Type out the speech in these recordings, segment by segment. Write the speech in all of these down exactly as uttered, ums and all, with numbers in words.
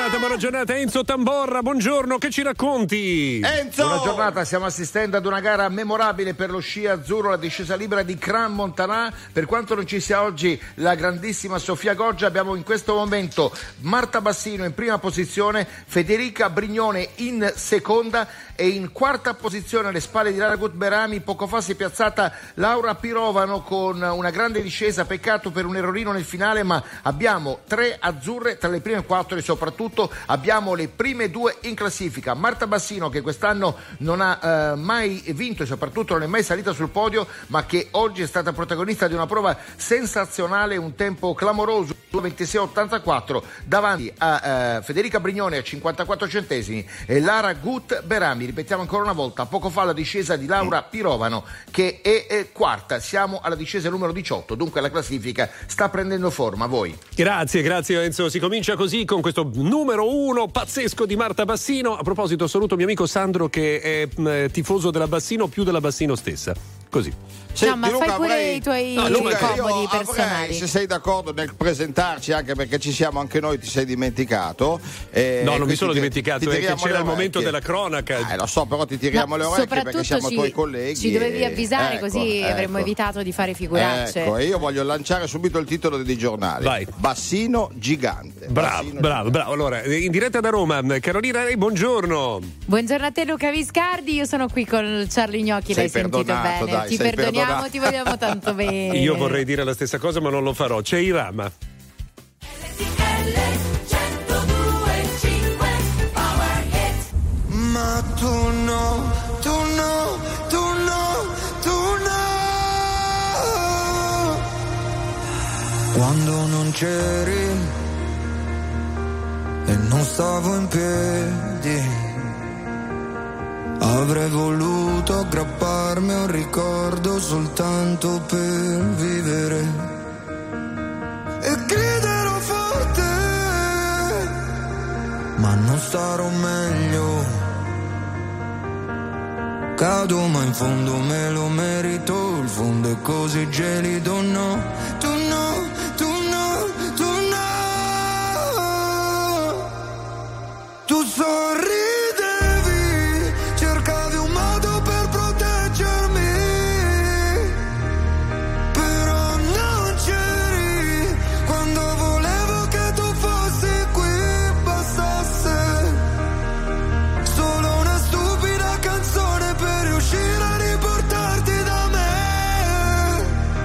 giornata, buona giornata. Enzo Tamborra, buongiorno, che ci racconti? Enzo! Buona giornata, stiamo assistendo ad una gara memorabile per lo sci azzurro, la discesa libera di Crans Montana. Per quanto non ci sia oggi la grandissima Sofia Goggia, abbiamo in questo momento Marta Bassino in prima posizione, Federica Brignone in seconda e in quarta posizione alle spalle di Lara Gut-Berami poco fa si è piazzata Laura Pirovano con una grande discesa, peccato per un errorino nel finale, ma abbiamo tre azzurre tra le prime quattro e soprattutto abbiamo le prime due in classifica. Marta Bassino, che quest'anno non ha eh, mai vinto e soprattutto non è mai salita sul podio, ma che oggi è stata protagonista di una prova sensazionale, un tempo clamoroso, ventisei ottantaquattro, davanti a eh, Federica Brignone a cinquantaquattro centesimi e Lara Gut-Berami. Ripetiamo ancora una volta, poco fa la discesa di Laura Pirovano che è, è quarta, siamo alla discesa numero diciotto, dunque la classifica sta prendendo forma. Voi? Grazie, grazie Enzo. Si comincia così con questo numero uno pazzesco di Marta Bassino. A proposito, saluto mio amico Sandro che è mh, tifoso della Bassino più della Bassino stessa. Così. Senti, no, ma Luca, fai pure avrei... i tuoi no, Luca, comodi avrei, personali. Se sei d'accordo nel presentarci, anche perché ci siamo anche noi, ti sei dimenticato. Eh, no, non mi sono ti, dimenticato, ti è che c'era il momento della cronaca. Eh, lo so, però ti tiriamo no, le orecchie perché siamo ci, tuoi colleghi. Ci dovevi avvisare, ecco, così ecco. avremmo evitato di fare figuracce. Ecco, e io voglio lanciare subito il titolo dei giornali. Vai. Bassino gigante. Bravo, Bassino bravo, gigante. bravo. Allora, in diretta da Roma, Carolina Rei, buongiorno. Buongiorno a te Luca Viscardi, io sono qui con Charlie Gnocchi, sei l'hai sentito bene. Dai, ti perdoniamo, perdonato. Ti vogliamo tanto bene. Io vorrei dire la stessa cosa, ma non lo farò. C'è Irama. Ma tu no, tu no, tu no, tu no. Quando non c'eri e non stavo in piedi, avrei voluto aggrapparmi a un ricordo soltanto per vivere e griderò forte, ma non starò meglio. Cado ma in fondo me lo merito, il fondo è così gelido, no, tu no, tu no, tu no. Tu sorridevi, cercavi un modo per proteggermi, però non c'eri quando volevo che tu fossi qui, bastasse solo una stupida canzone per riuscire a riportarti da me,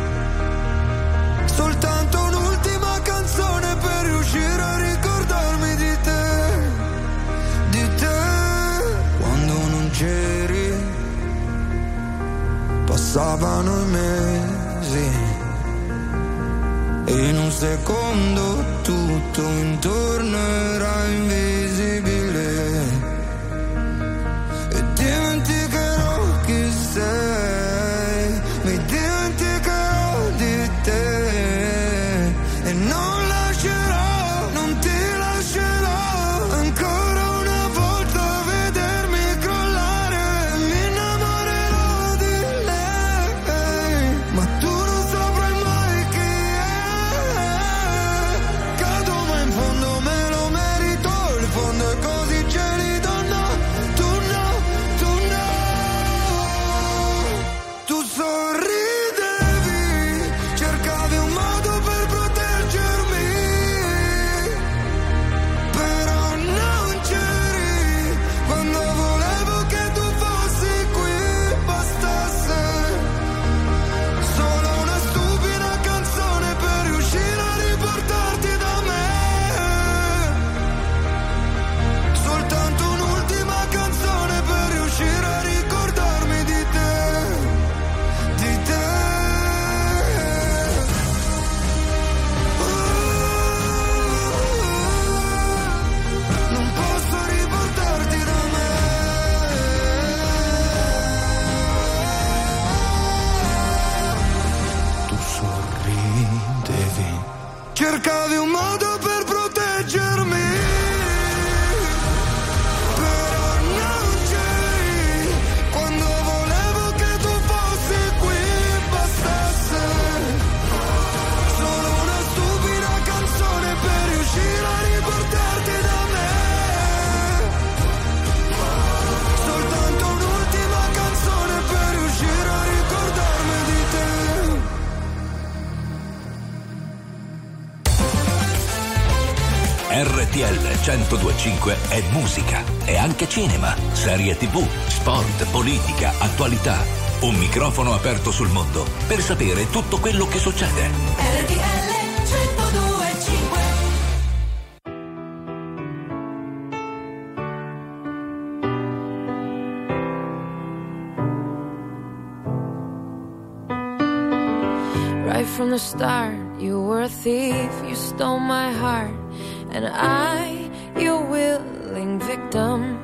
soltanto un'ultima canzone per riuscire a ricordarmi di te, di te. Quando non c'eri passavano i mesi e in un secondo tutto intorno era invisibile e dimenticherò chi sei, mi dimenticherò di te e non lascerò, non ti lascerò ancora una volta vedermi crollare, mi innamorerò di lei, ma tu non saprai mai chi è. Cado ma in fondo me lo merito, il fondo è così gelido, no, tu no, tu no. Tu sorridevi, cercavi un modo per proteggermi, però non c'eri quando volevo che tu fossi qui, bastasse solo una stupida canzone per riuscire a riportarti da me, soltanto un'ultima canzone per riuscire a ricordarmi di te, di te. Non posso riportarti da me. Tu sorridevi, cercavi un modo per proteggermi, però non c'eri quando volevo che tu fossi qui, bastasse solo una stupida canzone per riuscire a riportarti da me, T L centodue e cinque è musica, è anche cinema, serie tivù, sport, politica, attualità. Un microfono aperto sul mondo per sapere tutto quello che succede. R T L centodue e cinque. Right from the start, you were a thief, you stole my heart, and I, your willing victim.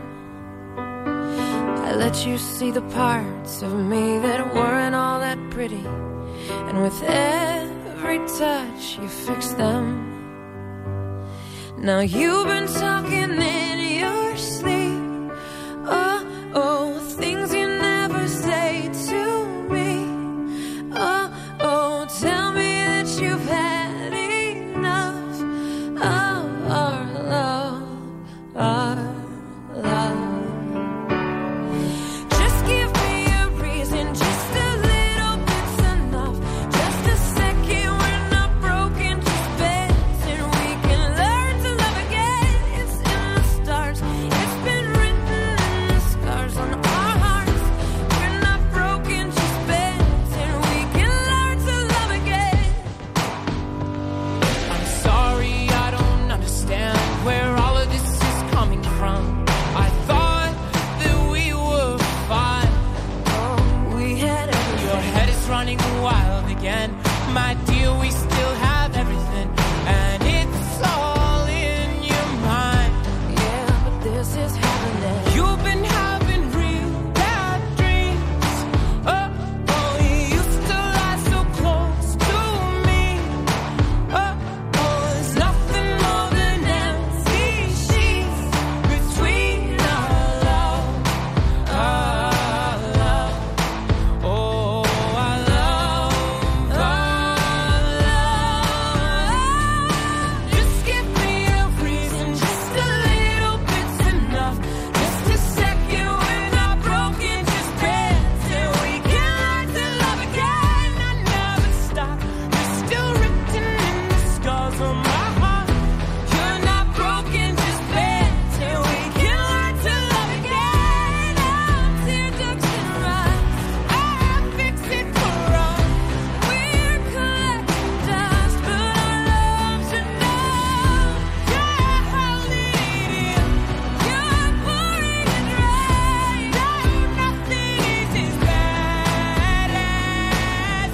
I let you see the parts of me that weren't all that pretty, and with every touch you fixed them. Now you've been talking in your sleep, oh, oh, things you never say to me, oh, oh, tell me that you've had enough of our love, our love. Just give me a reason, just a little bit's enough. Just a second, we're not broken, just bends, and we can learn to love again. It's in the stars, it's been written in the scars on our hearts. We're not broken, just bends, and we can learn to love again. I'm sorry, I don't understand where all of this is coming from. I thought that we were fine. Oh, we had everything. Your head is running wild again. My dear, we still have everything. And it's all in your mind. Yeah, but this is happening. You've been having real bad dreams. Oh, oh, you used to lie so close to me. Oh, oh, there's nothing more than empty sheets between our love, our love. Oh, our love, our love. Just give me a reason, just a little bit's enough. Just a second, we're not broken, just bends, and we can learn to love again. I never stop, you're still written in the scars on my heart. You're not broken, just bends, and we can learn to love again. Our teardrops can rise, I'll fix it for us. We're collecting dust, but our love's enough. You're holding it in, you're pouring it right. No, nothing is as bad as it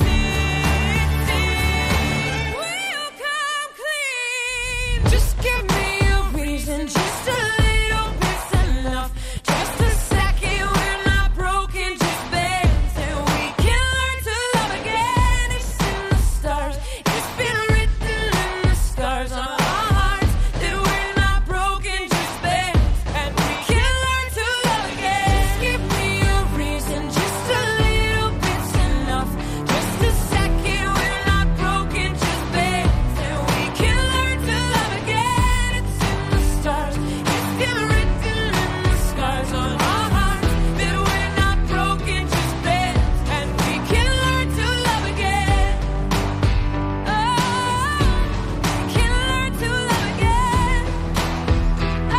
seems. We'll come clean. Just give me a reason, just a little bit's enough. Just a second, we're not broken, just bends, and we can learn to love again. It's in the stars, it's been written in the scars on our hearts that we're not broken, just bends, and we can learn to love again. Just give me a reason, just a little bit's enough. Just a second, we're not broken, just bends, and we can learn to love again. It's in the stars, it's been written in the scars on our hearts that we're not broken, just bends, and we can learn to love again. Oh, we can learn to love again. Oh,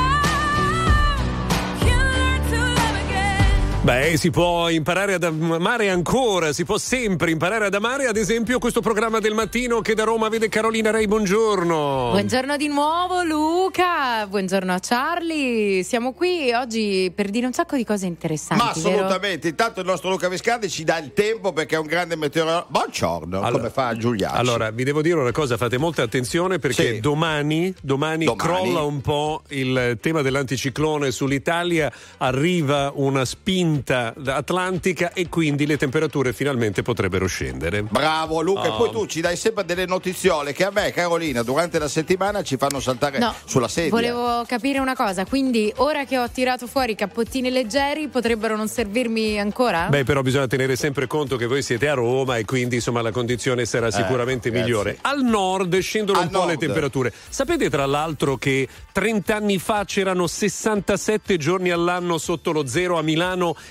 can learn to love again. Beh, si può imparare ad amare ancora, si può sempre imparare ad amare, ad esempio questo programma del mattino che da Roma vede Carolina Rei, buongiorno. Buongiorno di nuovo Luca, buongiorno a Charlie. Siamo qui oggi per dire un sacco di cose interessanti. Ma vero? assolutamente, intanto il nostro Luca Viscardi ci dà il tempo perché è un grande meteorologo. Buongiorno, Allora- come fa Giuliacci. Allora, vi devo dire una cosa, fate molta attenzione perché Sì. domani, domani, Domani. crolla un po' il tema dell'anticiclone sull'Italia, arriva una spinta atlantica e quindi le temperature finalmente potrebbero scendere. Bravo Luca, e Oh. poi tu ci dai sempre delle notiziole che a me, Carolina, durante la settimana ci fanno saltare No, sulla sedia. volevo capire una cosa, quindi ora che ho tirato fuori i cappottini leggeri potrebbero non servirmi ancora? Beh, però bisogna tenere sempre conto che voi siete a Roma e quindi insomma la condizione sarà sicuramente ragazzi. migliore. Al nord scendono Al un po' nord. le temperature. Sapete tra l'altro che trenta anni fa c'erano sessantasette giorni all'anno sotto lo zero a Milano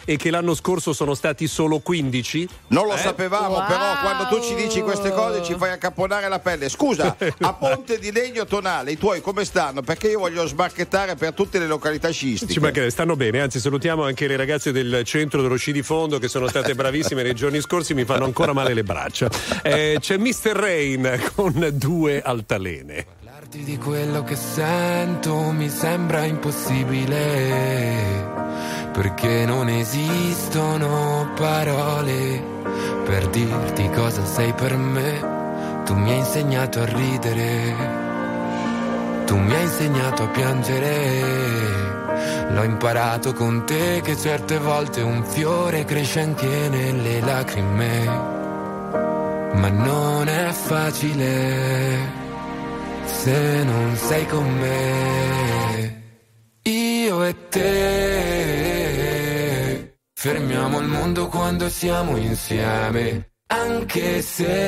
e che l'anno scorso sono stati solo quindici? Non lo Eh? sapevamo, Wow. però quando tu ci dici queste cose ci fai accapponare la pelle. Scusa, a Ponte di Legno Tonale i tuoi come stanno? Perché io voglio sbarchettare per tutte le località sciistiche. Ci mancherebbe, stanno bene, anzi salutiamo anche le ragazze del centro dello sci di fondo che sono state bravissime nei giorni scorsi, mi fanno ancora male le braccia. Eh, c'è mister Rain con Due altalene. Parlarti di quello che sento mi sembra impossibile, perché non esistono parole per dirti cosa sei per me. Tu mi hai insegnato a ridere, tu mi hai insegnato a piangere. L'ho imparato con te che certe volte un fiore cresce anche nelle lacrime, ma non è facile se non sei con me. Io e te fermiamo il mondo quando siamo insieme, anche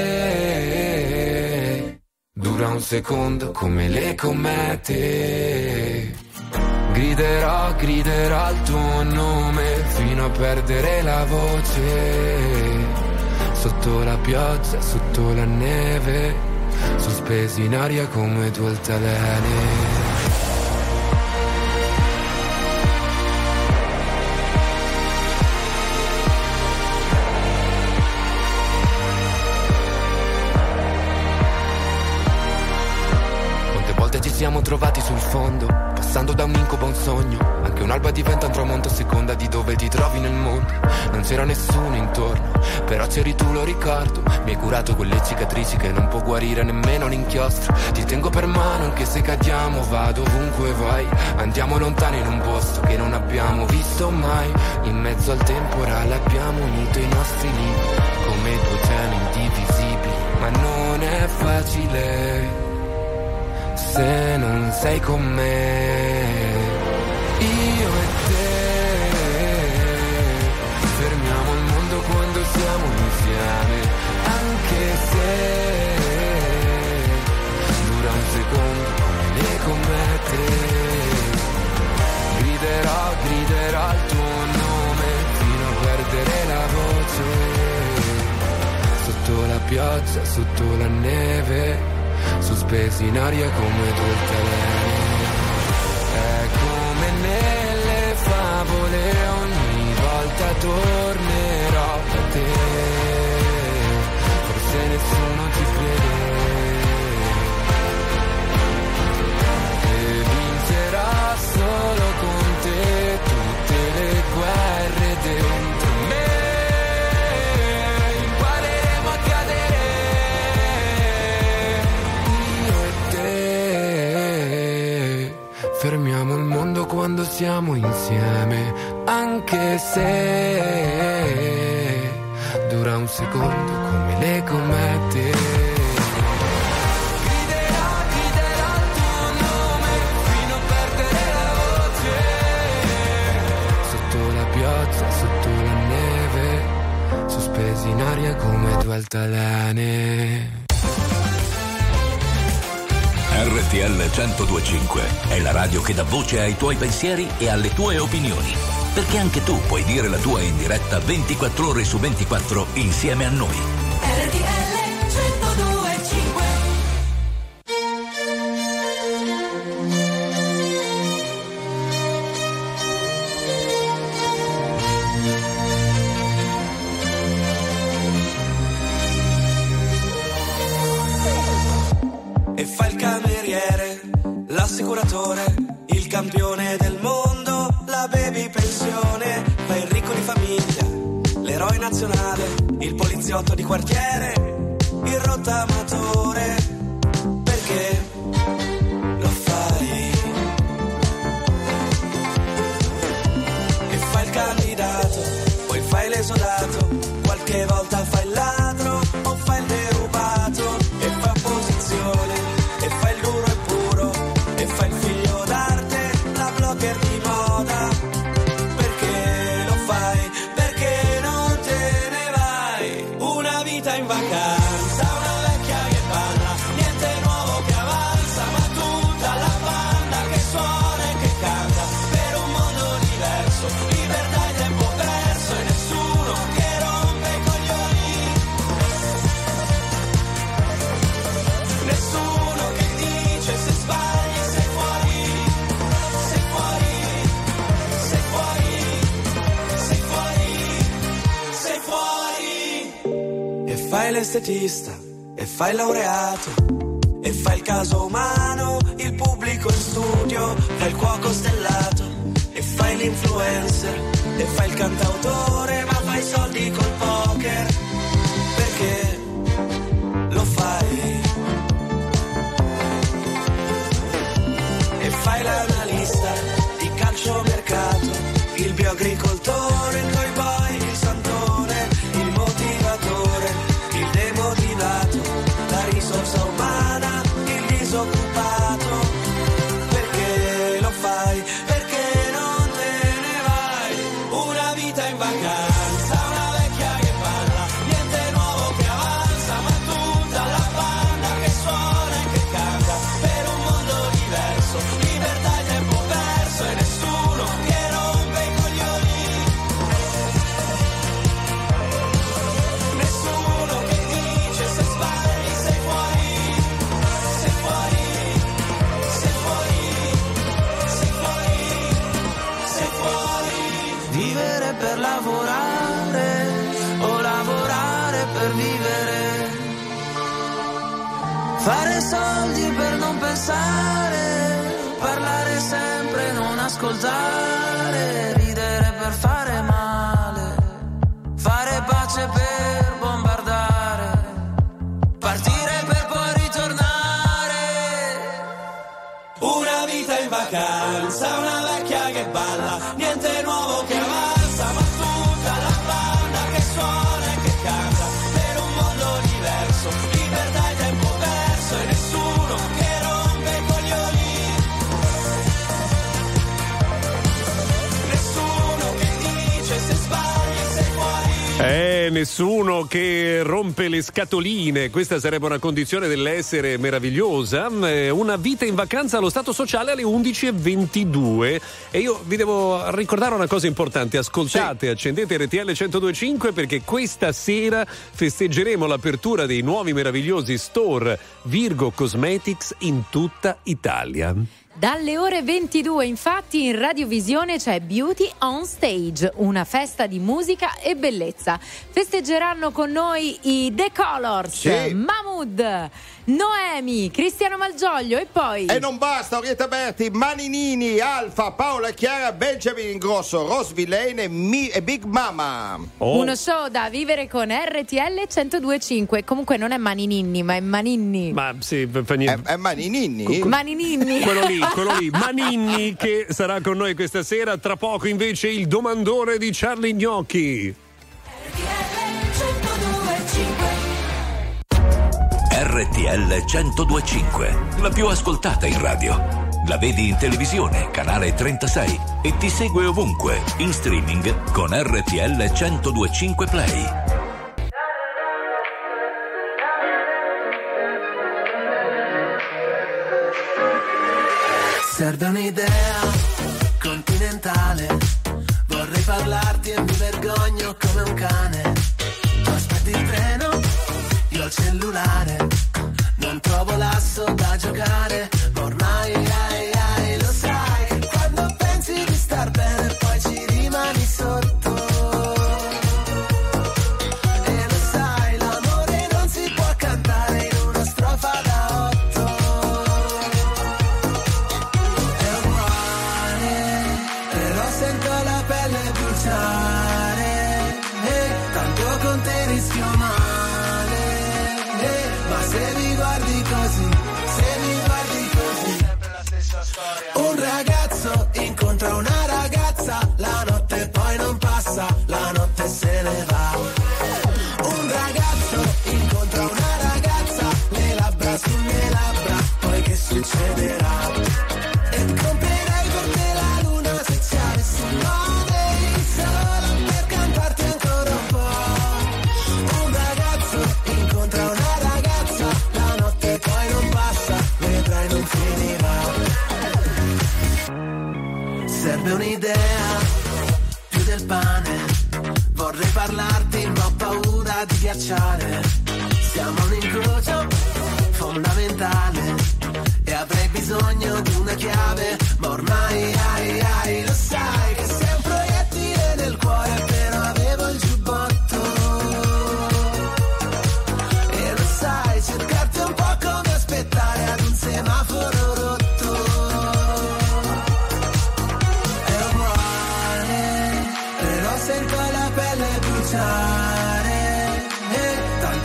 se dura un secondo come le comete. Griderò, griderò il tuo nome fino a perdere la voce, sotto la pioggia, sotto la neve, sospesi in aria come due altalene. Ci siamo trovati sul fondo, passando da un incubo a un sogno. Anche un'alba diventa un tramonto a seconda di dove ti trovi nel mondo. Non c'era nessuno intorno, però c'eri tu, lo ricordo. Mi hai curato quelle cicatrici che non può guarire nemmeno l'inchiostro. Ti tengo per mano anche se cadiamo, vado ovunque vai. Andiamo lontani in un posto che non abbiamo visto mai. In mezzo al temporale abbiamo unito i nostri libri come due oceani indivisibili. Ma non è facile se non sei con me. Io e te fermiamo il mondo quando siamo insieme, anche se dura un secondo come le comete. Griderò, griderò il tuo nome fino a perdere la voce, sotto la pioggia, sotto la neve, sospesi in aria come due altalene. È come nelle favole, ogni volta tornerò da te. Forse nessuno ti crede e vincerò solo con te tutte le guerre dentro me. Impareremo a cadere. Fermiamo il mondo quando siamo insieme, anche se dura un secondo come le comete. Griderò, griderò il tuo nome fino a perdere la voce, sotto la pioggia, sotto la neve, sospesi in aria come due altalene. R T L centodue e cinque è la radio che dà voce ai tuoi pensieri e alle tue opinioni. Perché anche tu puoi dire la tua in diretta ventiquattro ore su ventiquattro insieme a noi. R T L centodue e cinque. E fa il cameriere, l'assicuratore, il campione del mondo, la baby pensione, fa il ricco di famiglia, l'eroe nazionale, il poliziotto di quartiere, il rottamatore. Perché lo fai? E fa il candidato, poi fai l'esodato, qualche volta fai il ladro o fai il derubato, e fa posizione, e fa il duro e puro, e fa il figlio d'arte, la blogger di moda. Perché lo fai? Perché non te ne vai? Una vita in vacanza, una vecchia che parla, niente nuovo che avanza, ma tutta la banda che suona e che canta, per un mondo diverso, libertà e tempo perso. fai l'estetista, e fai il laureato, e fai il caso umano, il pubblico in studio, fai il cuoco stellato, e fai l'influencer, e fai il cantautore, ma fai soldi col poker, perché lo fai. E fai l'analista di calciomercato, il bioagricoltore, il cowboy, il santone, il motivatore, il demotivato, la risorsa umana, il disoccupato. Perché lo fai? Perché non te ne vai? Una vita in vacanza, una vecchia che parla, niente nuovo che avanza, ma tutta la banda che suona e che canta per un mondo diverso, libertà e tempo perso e nessuno che rompe i coglioni. Nessuno che dice se sbagli sei fuori, sei fuori, sei fuori, sei fuori, sei fuori. Vivere per lavorare o lavorare per vivere. Fare soldi per non pensare, parlare sempre, non ascoltare, ridere per fare male, fare pace per bombardare, partire per poi ritornare. Una vita in vacanza, una vecchia che balla, niente nuovo che avanza, ma tutta la banda che suona e che canta per un mondo diverso, libertà e tempo perso e nessuno che rompe i coglioni. Nessuno che dice se sbagli sei fuori. Eh, nessuno che rompe le scatoline, questa sarebbe una condizione dell'essere meravigliosa. Eh, Una vita in vacanza allo Stato Sociale alle undici e ventidue. E io vi devo ricordare una cosa importante: ascoltate, accendete R T L centodue e cinque, perché questa sera festeggeremo l'apertura dei nuovi meravigliosi store Virgo Cosmetics in tutta Italia. Dalle ore ventidue, infatti, in radiovisione c'è Beauty on Stage, una festa di musica e bellezza. Festeggeranno con noi i The Colors, Sì. Mahmood, Noemi, Cristiano Malgioglio e poi... E non basta, Orietta Berti, Maninini, Alfa, Paola Chiara, Benjamin Ingrosso, Rose Villain e, Mi- e Big Mama. Oh. Uno show da vivere con R T L centodue e cinque. Comunque non è Manininni, ma è Maninni. Ma sì, fa È, niente. è Maninini? Manininni. Quello lì, quello lì, Maninni, che sarà con noi questa sera. Tra poco invece il domandone di Charlie Gnocchi. R T L centodue e cinque, la più ascoltata in radio. La vedi in televisione, canale trentasei, e ti segue ovunque, in streaming con R T L centodue e cinque Play. Serve un'idea continentale, vorrei parlarti e mi vergogno come un cane. Tu aspetti il treno, io il cellulare, non trovo l'asso da giocare, ma ormai ai, ai, lo sai che quando pensi di star bene poi ci rimani sotto. E lo sai, l'amore non si può cantare in una strofa da otto. È uguale, però sento la pelle bruciare, e tanto con te rischio male, eh, ma se mi guardi così, se mi guardi così, un ragazzo incontra una ragazza, la notte poi non passa, la notte se ne va. Un ragazzo incontra una ragazza, le labbra sulle labbra, poi che succederà? E comprerei per te la luna se ci avessi un nome, solo per cantarti ancora un po'. Un ragazzo incontra una ragazza, la notte poi non passa, vedrai non finirà. Serve un'idea, più del pane, vorrei parlarti ma ho paura di ghiacciare. Siamo un incrocio fondamentale e avrei bisogno di una chiave, ma ormai ai ai lo sai che sei un proiettile nel cuore, però avevo il giubbotto.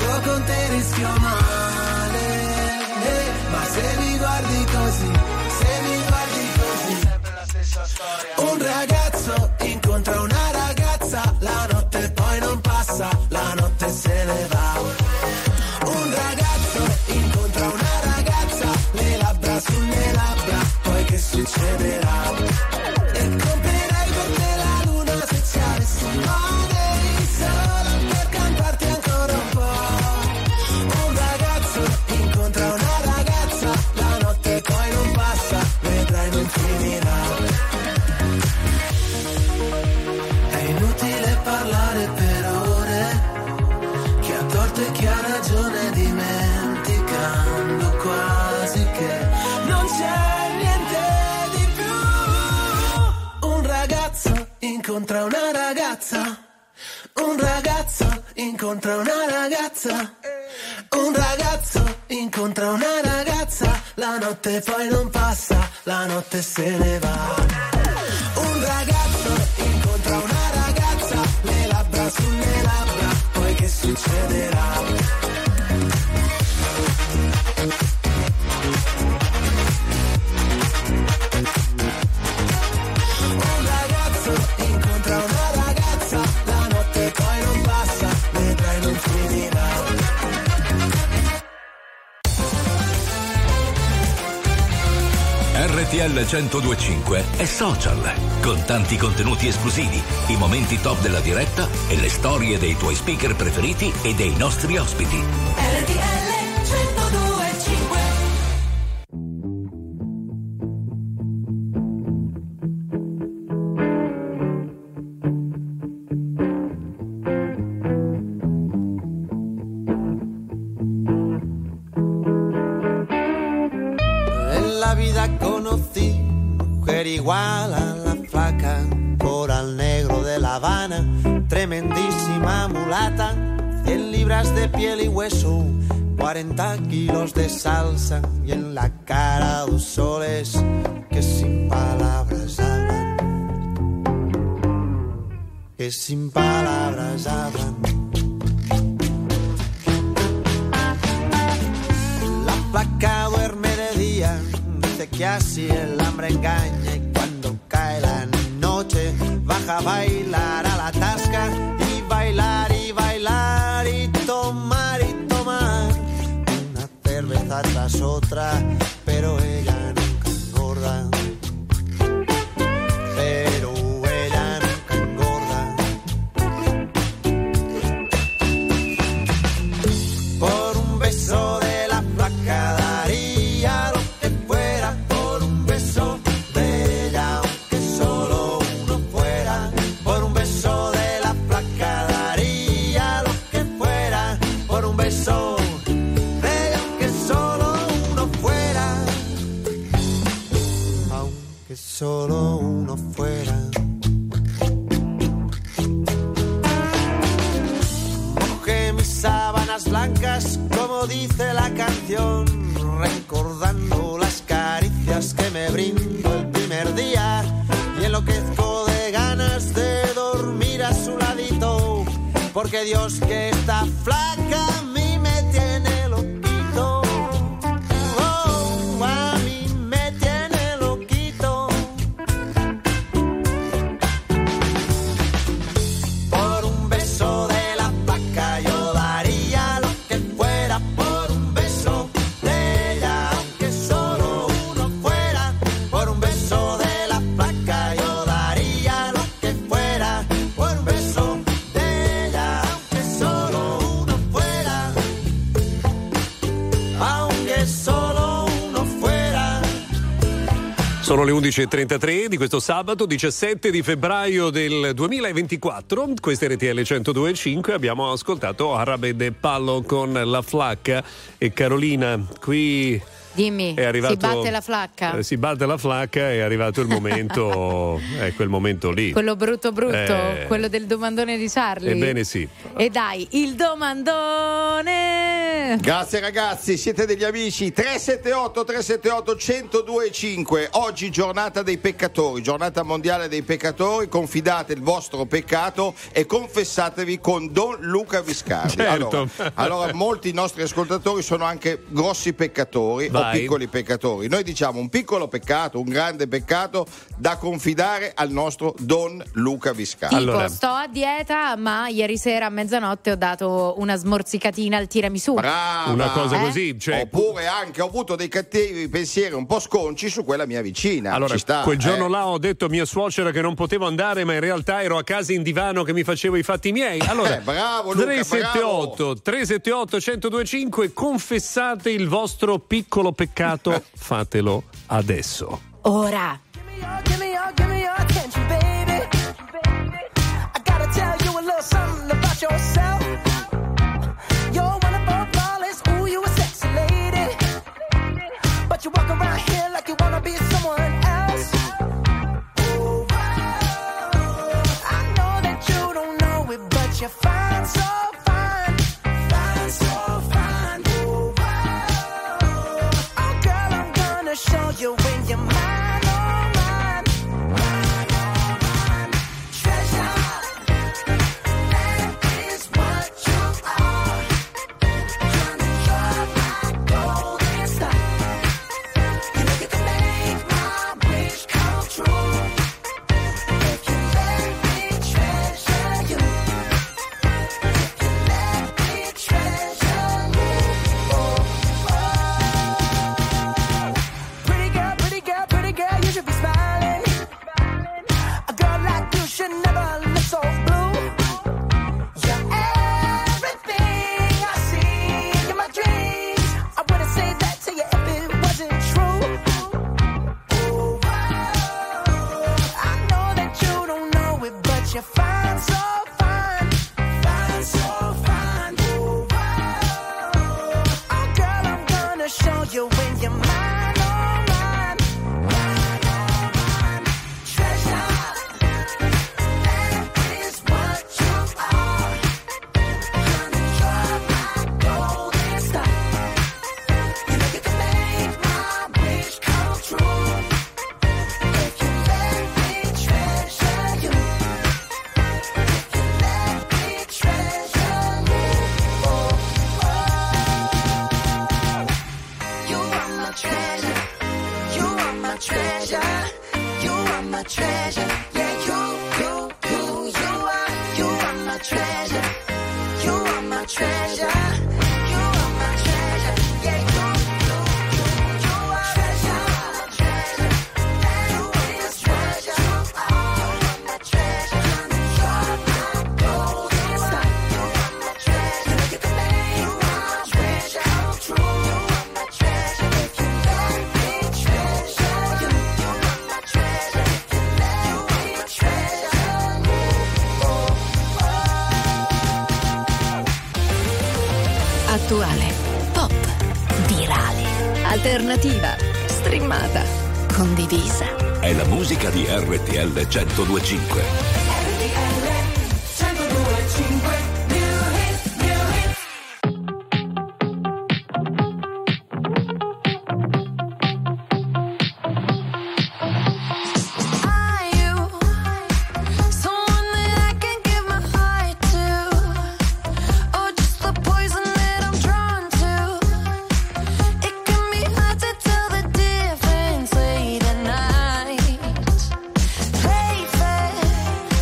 io con te rischio male, eh, ma se mi guardi così, se mi guardi così, sempre la stessa storia. Un ragazzo incontra una ragazza, la notte poi non passa, la notte se ne va. Un ragazzo incontra una ragazza, le labbra sulle labbra, poi che succederà? E comprerei per te la luna se ci avessi money, solo per cantarti ancora un po'. Un ragazzo incontra una ragazza, la notte poi non passa, vedrai non finirà. È inutile parlare per ore, chi ha torto e chi ha ragione, dimenticando quasi che non c'è niente di più. Un ragazzo incontra una ragazza, un ragazzo incontra una ragazza, un ragazzo incontra una ragazza, la notte poi non passa, la notte se ne va. Un ragazzo incontra una ragazza, le labbra sulle labbra, poi che succederà? Un ragazzo incontra una ragazza, la notte poi non passa, vedrai non finirà. R T L centodue e cinque è social, con tanti contenuti esclusivi, i momenti top della diretta e le storie dei tuoi speaker preferiti e dei nostri ospiti. R T L centodue e cinque. En la vida conocí mujer igual a la flaca, coral negro de La Habana, tremendísima mulata, cien libras de piel y hueso, cuarenta kilos de salsa y en la cara dos soles que sin palabras hablan, que sin palabras hablan. La flaca duerme de día, dice que así el hambre engaña y cuando cae la noche baja a bailar a la tasca y bailar y bailar y tomar y tomar una cerveza tras otra, pero ella nunca engorda, pero ella nunca engorda. Por un beso de la flaca daría lo que fuera, por un beso de ella aunque solo uno fuera, por un beso de la flaca daría lo que fuera, por un beso de ella aunque solo uno fuera, aunque solo uno fuera. Mojé mis sábanas blancas, como dice la canción, recordando las caricias que me brindó el primer día y enloquezco de ganas de dormir a su ladito, porque Dios que está flaca a mí me tiene loquito. Oh, a mí me tiene loquito. Por un beso de la flaca yo daría lo que fuera, por un beso de ella aunque solo uno fuera, por un beso de la flaca yo daría lo que fuera, por un beso de ella aunque solo uno fuera, aunque solo uno fuera. Sono le undici e trentatré di questo sabato diciassette di febbraio del duemilaventiquattro. Questa è R T L centodue e cinque. Abbiamo ascoltato Arabe de Pallo con La Flacca. E Carolina, qui Dimmi, è arrivato, si batte la flacca? Eh, si batte la flacca, è arrivato il momento, è quel momento lì. Quello brutto brutto, Eh. quello del domandone di Charlie. Ebbene sì. E dai, il domandone! Grazie ragazzi, siete degli amici. Tre sette otto tre sette otto uno zero due cinque. Oggi giornata dei peccatori, giornata mondiale dei peccatori. Confidate il vostro peccato e confessatevi con Don Luca Viscardi. Certo. Allora, allora, molti nostri ascoltatori sono anche grossi peccatori Vai. o piccoli peccatori. Noi diciamo un piccolo peccato, un grande peccato da confidare al nostro Don Luca Viscardi. Tipo, Allora. sto a dieta, ma ieri sera a mezzanotte ho dato una smorzicatina al tiramisù. Brava. Una cosa Eh? così, cioè, Oppure anche ho avuto dei cattivi pensieri un po' sconci su quella mia vicina. allora, Ci sta, quel giorno eh. là ho detto a mia suocera che non potevo andare, ma in realtà ero a casa in divano che mi facevo i fatti miei. Allora, Eh, bravo, Luca, tre sette otto tre sette otto uno zero due cinque, confessate il vostro piccolo peccato, fatelo adesso. Ora. Give me your, give me your attention, baby. I gotta tell you a little something about yourself. You're one of our flawless, ooh, you a sexy lady. But you walk around here like you wanna be someone else. Ooh, I know that you don't know it, but you're fine, so fine. Fine, so fine. Ooh, oh, girl, I'm gonna show you when you're mine. You're fine, so fine, fine, so fine. Ooh, oh, girl, I'm gonna show you when you're mine, oh mine, mine, oh mine. Treasure, that is what you are. Honey, you're my golden star. You know you can make my wish come true. If you let me treasure you. Treasure, you are my treasure. Yeah, you, you, you, you are, you are my treasure. You are my treasure. You are my treasure. Yeah, you, you, you, you are treasure, treasure. You are my treasure. You are my treasure. You are my golden star. You are my treasure. You know you can make my treasure come true. You are my treasure. If you let me treasure. Attuale, pop, virale, alternativa, streamata, condivisa. È la musica di R T L centodue e cinque. R T L centodue e cinque. Play fair.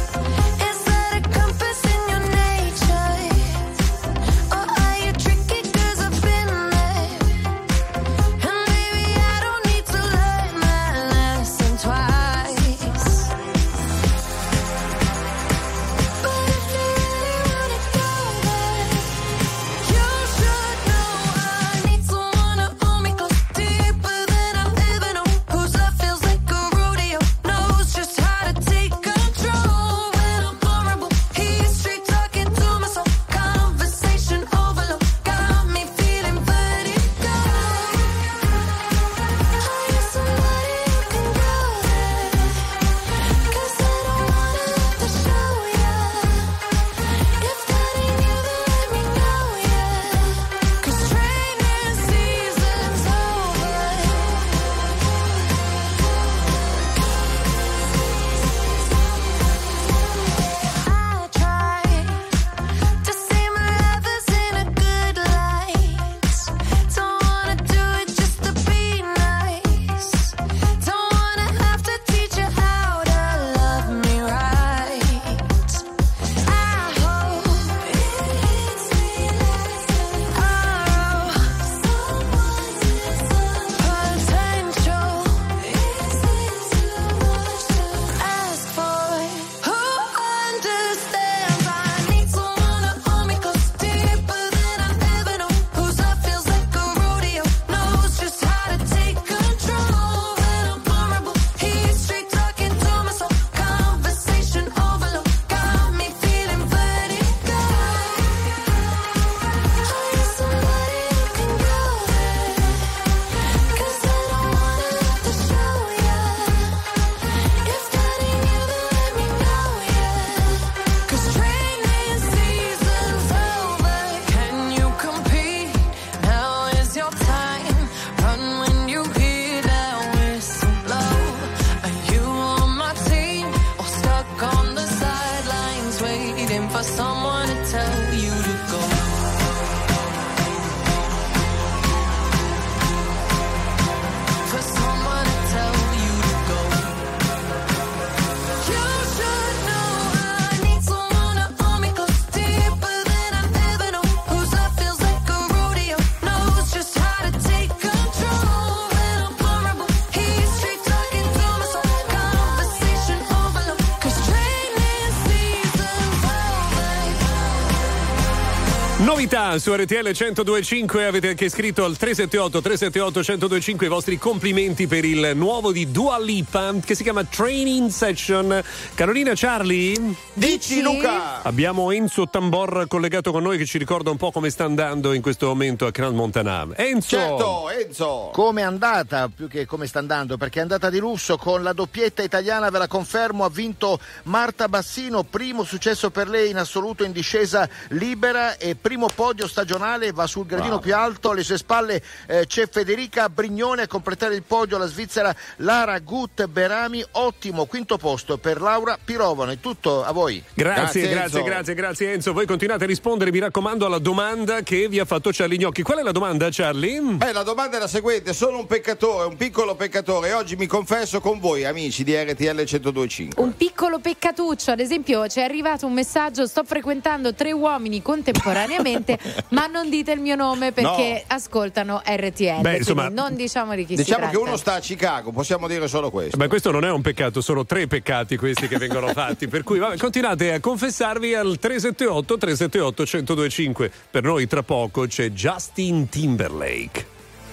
Novità su R T L centodue e cinque, avete anche scritto al tre sette otto tre sette otto uno zero due cinque i vostri complimenti per il nuovo di Dua Lipa che si chiama Training Session. Carolina, Charlie? Dici Luca! Abbiamo Enzo Tambor collegato con noi che ci ricorda un po' come sta andando in questo momento a Crans Montana. Enzo! Certo, Enzo! Come è andata, più che come sta andando, perché è andata di lusso con la doppietta italiana, ve la confermo, ha vinto Marta Bassino, primo successo per lei in assoluto in discesa libera e primo podio stagionale, va sul gradino Bravo. più alto, alle sue spalle eh, c'è Federica Brignone a completare il podio, la svizzera Lara Gut Berami, ottimo quinto posto per Laura Pirovano. È tutto, a voi. Grazie, Grazie, grazie, Enzo. grazie, grazie Enzo. Voi continuate a rispondere, mi raccomando, alla domanda che vi ha fatto Charlie Gnocchi. Qual è la domanda, Charlie? Beh, la domanda è la seguente: sono un peccatore, un piccolo peccatore, e oggi mi confesso con voi, amici di R T L centodue e cinque. Un piccolo peccatuccio, ad esempio ci è arrivato un messaggio: sto frequentando tre uomini contemporaneamente ma non dite il mio nome perché No. ascoltano R T L. Beh, insomma, quindi non diciamo di chi si Diciamo tratta. che uno sta a Chicago, possiamo dire solo questo. Beh, questo non è un peccato, sono tre peccati questi che vengono fatti, per cui vabbè, continuate a confessarvi al tre sette otto tre sette otto uno zero due cinque. Per noi tra poco c'è Justin Timberlake.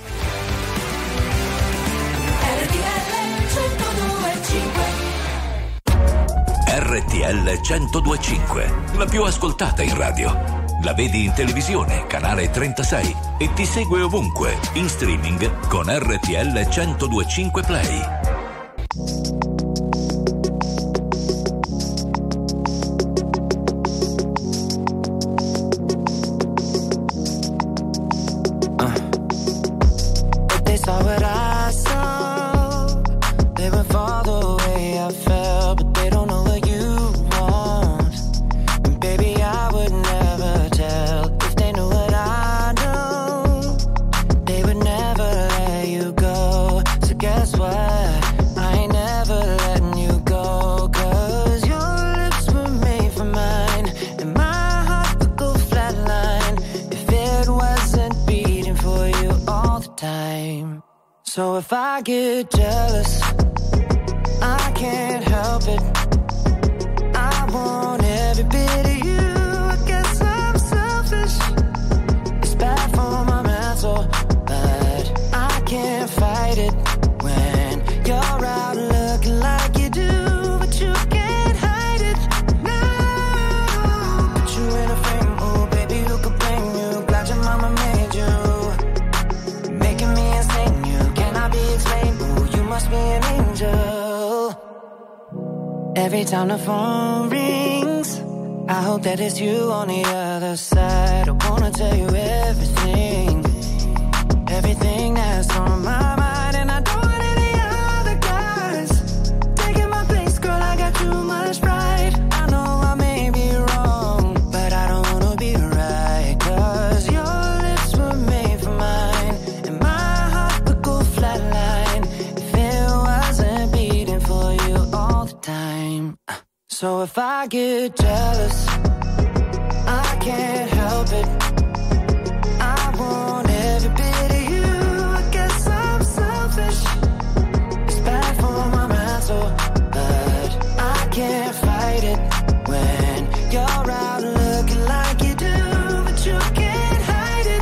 R T L centodue e cinque, la più ascoltata in radio. La vedi in televisione, canale trentasei, e ti segue ovunque, in streaming con R T L centodue e cinque Play. They saw what I saw. They would fall the way I felt, but they don't know what you want. And baby, I would never tell if they knew what I know. They would never let you go. So guess what? I ain't never letting you go. 'Cause your lips were made for mine, and my heart would go flatline if it wasn't beating for you all the time. So if I get jealous, I can't help it. I want every bit of you. I guess I'm selfish. It's bad for my mental, but I can't fight it when you're out looking like you do, but you can't hide it. No, put you in a frame, oh baby, who could blame you? Glad your mama made you, making me insane. You cannot be explained. Oh, you must be an angel. Every time the phone rings, I hope that it's you on the other side. I wanna tell you everything, everything that's on my mind, and I don't want any other guys taking my place, girl. I got too much pride. I know I may be wrong, but I don't wanna be right. 'Cause your lips were made for mine, and my heart would go flatline if it wasn't beating for you all the time. So if I get jealous, I can't help it. I want every bit of you. I guess I'm selfish. It's bad for my mental, but I can't fight it when you're out looking like you do, but you can't hide it.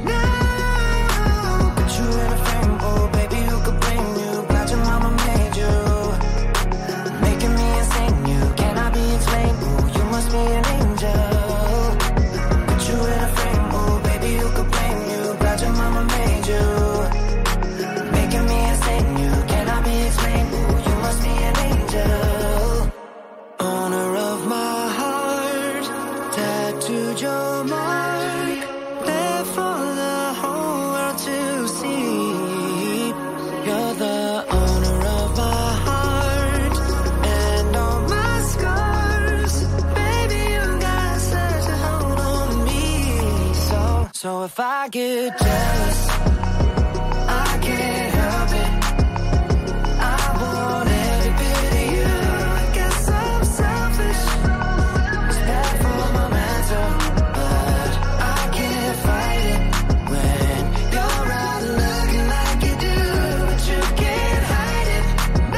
No, put you in a frame, oh baby, who could blame you? Glad your mama made you, making me insane. You cannot be explained. Oh, you must be an angel. Put you in a frame, oh baby, who could blame you? Glad your mama made you, making me insane. You cannot be explained. Oh, you must be an angel. Owner of my heart, tattooed your mark, there for the whole world to see. You're the owner of my heart and all my scars. Baby, you got such a hold on me. So, so if I get jealous, I can't help it. I want every bit of you. I guess I'm selfish. It's bad for my mental, but I can't fight it when you're out looking like you do, but you can't hide it.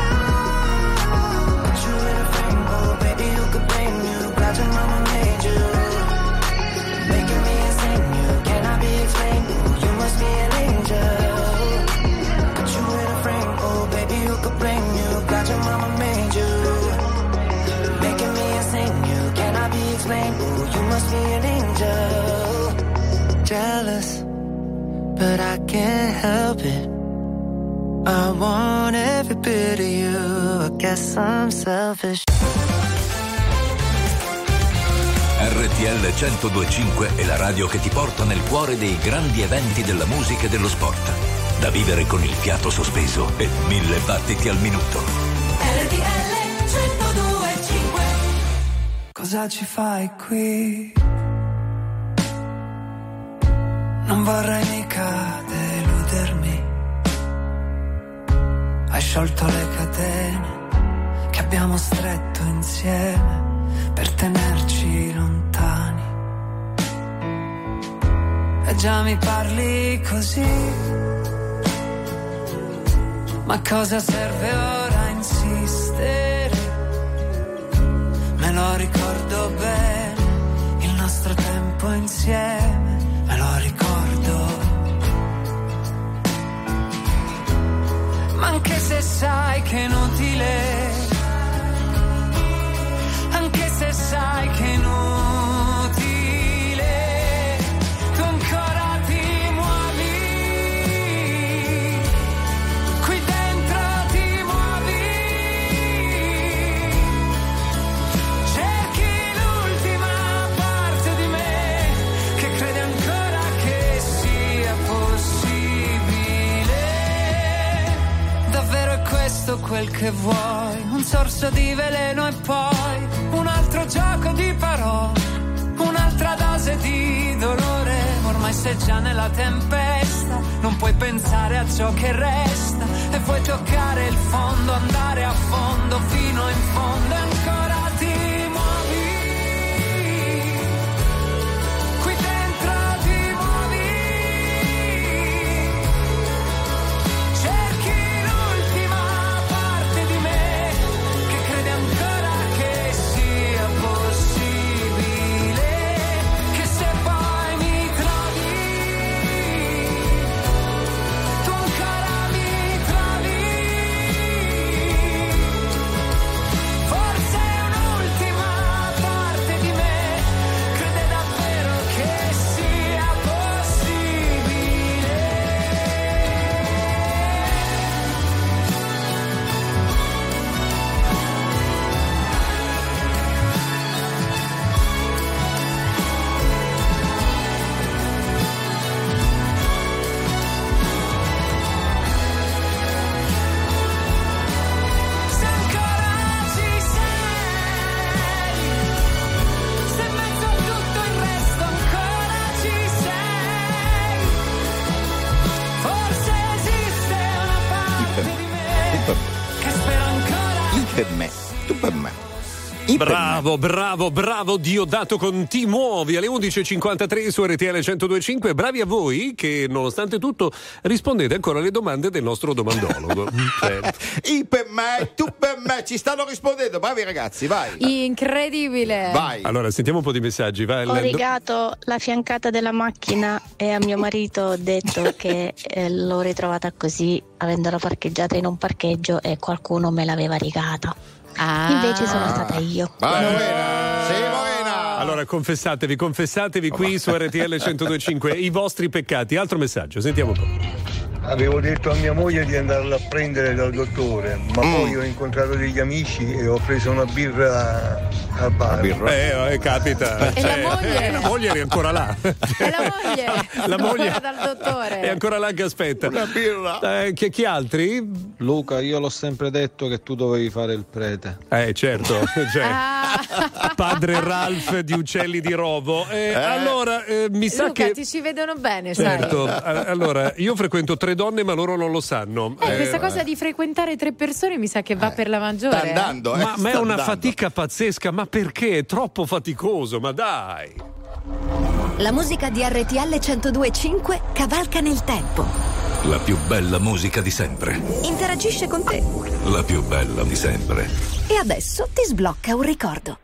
No, put you in a frame, oh baby, who could blame you? Glad your mama made you, making me insane. jealous, but I can't help it. I want every bit of you. I guess I'm selfish. R T L centodue e cinque è la radio che ti porta nel cuore dei grandi eventi della musica e dello sport. Da vivere con il fiato sospeso e mille battiti al minuto. R T L centodue e cinque. Cosa ci fai qui? Non vorrei mica deludermi. Hai sciolto le catene che abbiamo stretto insieme per tenerci lontani. E già mi parli così, ma cosa serve ora insistere? Me lo ricordo bene, il nostro tempo insieme, me lo ricordo. Ma anche se sai che è inutile, anche se sai che è inutile, tu ancora ti muovi, qui dentro ti muovi, cerchi l'ultima parte di me che crede ancora che sia possibile. Davvero è questo quel che vuoi? Un sorso di veleno e poi un altro gioco di parole, un'altra dose di dolore. Ormai sei già nella tempesta, non puoi pensare a ciò che resta e vuoi toccare il fondo, andare a fondo fino in fondo e ancora ti muovi, qui dentro ti muovi, cerchi l'ultima parte di me che crede ancora che sia possibile, che se poi mi trovi, tu ancora mi trovi, forse un'ultima parte di me crede davvero che sia possibile. Se ancora ci sei, se in mezzo a tutto il resto ancora ci sei, forse esiste una parte di me che spera ancora Il per me, tu per me. Il per Bravo, bravo, bravo, Diodato con Ti muovi alle undici e cinquantatré su R T L centodue e cinque. Bravi a voi che nonostante tutto rispondete ancora alle domande del nostro domandologo. Cioè, Il per me, tu per me, ci stanno rispondendo. Bravi ragazzi, vai. Incredibile. Vai. allora, sentiamo un po' di messaggi. Vai, Ho il- rigato la fiancata della macchina e a mio marito ho detto che eh, l'ho ritrovata così, avendola parcheggiata in un parcheggio e qualcuno me l'aveva rigata. Ah. Invece sono stata io. Vai Morena, sei Morena. Allora, confessatevi, confessatevi qui su R T L centodue e cinque i vostri peccati. Altro messaggio, sentiamo un po'. Avevo detto a mia moglie di andarla a prendere dal dottore, ma Mm. poi ho incontrato degli amici e ho preso una birra al bar. Eh, eh, capita. E la moglie? eh, la moglie è ancora là. E la moglie? La moglie Ancora dal dottore. è ancora là che aspetta. Una birra. Eh, chi, chi altri? Luca, io l'ho sempre detto che tu dovevi fare il prete. Eh, certo. Cioè, Ah. padre Ralph di Uccelli di Rovo. Eh, Allora, eh, mi sa Luca, che... ti ci vedono bene, Certo, sai. a- allora io frequento tre donne ma loro non lo sanno. Eh, Eh, questa cosa di frequentare tre persone mi sa che va per la maggiore. Sta andando, eh. ma, ma è sta una andando. fatica pazzesca, ma perché? È troppo faticoso, ma dai. La musica di R T L centodue e cinque cavalca nel tempo. La più bella musica di sempre. Interagisce con te. La più bella di sempre. E adesso ti sblocca un ricordo.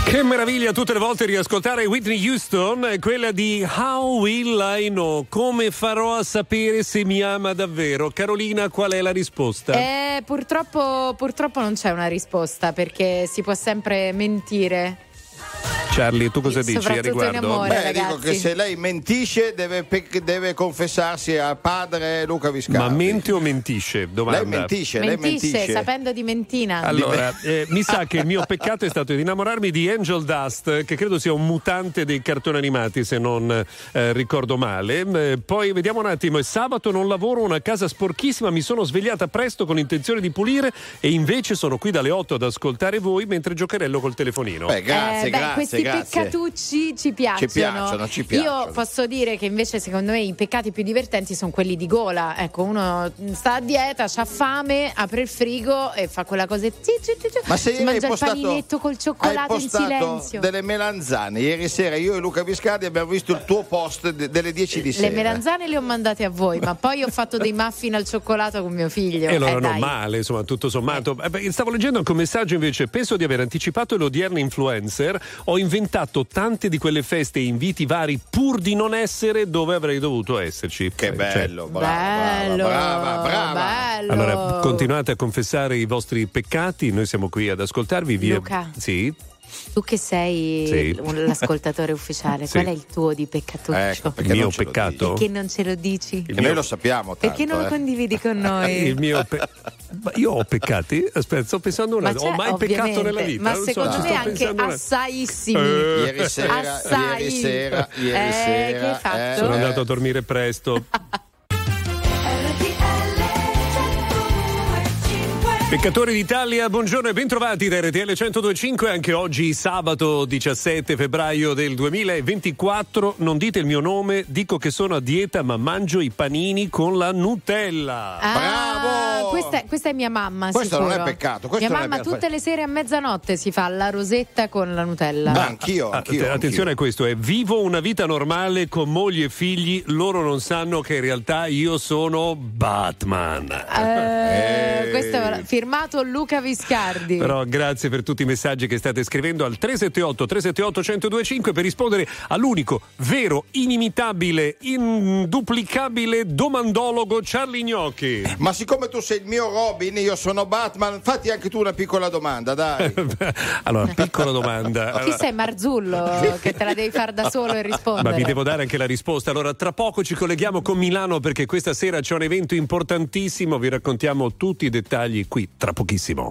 Che meraviglia tutte le volte riascoltare Whitney Houston, quella di How Will I Know? Come farò a sapere se mi ama davvero? Carolina, qual è la risposta? Eh, purtroppo, purtroppo non c'è una risposta, perché si può sempre mentire. Charlie, tu cosa dici a riguardo? in amore, Beh, ragazzi. dico che se lei mentisce deve, pe- deve confessarsi a padre Luca Viscardi. Ma mente o mentisce? Domanda. Lei mentisce, lei Mentisce, mentisce. sapendo di mentina. Allora, eh, mi sa che il mio peccato è stato di innamorarmi di Angel Dust, che credo sia un mutante dei cartoni animati, se non eh, ricordo male. Eh, poi vediamo un attimo, sabato non lavoro, una casa sporchissima, mi sono svegliata presto con l'intenzione di pulire e invece sono qui dalle otto ad ascoltare voi mentre giocherello col telefonino. Beh, grazie, Eh, beh, grazie, questi grazie. peccatucci ci piacciono. Ci piacciono, ci piacciono. Io posso dire che invece secondo me i peccati più divertenti sono quelli di gola. Ecco, uno sta a dieta, c'ha fame, apre il frigo e fa quella cosa. Ma se si ieri hai mangia il postato, paninetto col hai cioccolato in postato silenzio. delle melanzane ieri sera, io e Luca Viscardi abbiamo visto il tuo post de- delle dieci di sera. Le melanzane le ho mandate a voi, ma poi ho fatto dei muffin al cioccolato con mio figlio. E allora eh, non dai. male, insomma, tutto sommato. Eh, beh, stavo leggendo anche un messaggio invece. Penso di aver anticipato l'odierna influencer. Ho inventato tante di quelle feste e inviti vari pur di non essere dove avrei dovuto esserci. Che Eh, bello, cioè, brava, Bello, brava, brava, brava. bello. Allora, continuate a confessare i vostri peccati. Noi siamo qui ad ascoltarvi. Via... Luca. Sì. Tu che sei Sì. un- l'ascoltatore ufficiale, Sì. qual è il tuo di peccatuccio? Ecco, perché Il mio non ce lo peccato? Perché non ce lo dici? dici? E noi lo sappiamo tanto, Perché non lo eh. condividi con noi? Il mio pe- Ma io ho peccati? Aspetta, sto pensando una Ma ho c'è, mai peccato ovviamente, nella vita? ma Non so, secondo ci me sto anche pensando una- assaissimi. Eh. Ieri sera, Assai. ieri sera, ieri Eh, sera. che hai fatto? Sono eh, andato a dormire presto. Peccatori d'Italia, buongiorno e bentrovati da R T L centodue e cinque, anche oggi sabato diciassette febbraio del duemilaventiquattro. Non dite il mio nome, dico che sono a dieta ma mangio i panini con la Nutella. Ah, Bravo! Questa, questa è mia mamma. Questo sicuro. non è peccato, questo Mia non è mamma per- tutte le sere a mezzanotte si fa la rosetta con la Nutella. Ah, anch'io, Ah, anch'io, attenzione anch'io. a questo, è vivo una vita normale con moglie e figli, loro non sanno che in realtà io sono Batman. Eh, Eh. Questo è firmato Luca Viscardi. Però grazie per tutti i messaggi che state scrivendo al tre sette otto tre sette otto uno zero due cinque per rispondere all'unico, vero, inimitabile, induplicabile domandologo Charlie Gnocchi. Ma siccome tu sei il mio Robin, io sono Batman, fatti anche tu una piccola domanda, dai. Allora, piccola domanda. Chi sei, Marzullo, che te la devi fare da solo e rispondere? Ma vi devo dare anche la risposta. Allora, tra poco ci colleghiamo con Milano perché questa sera c'è un evento importantissimo. Vi raccontiamo tutti i dettagli qui tra pochissimo.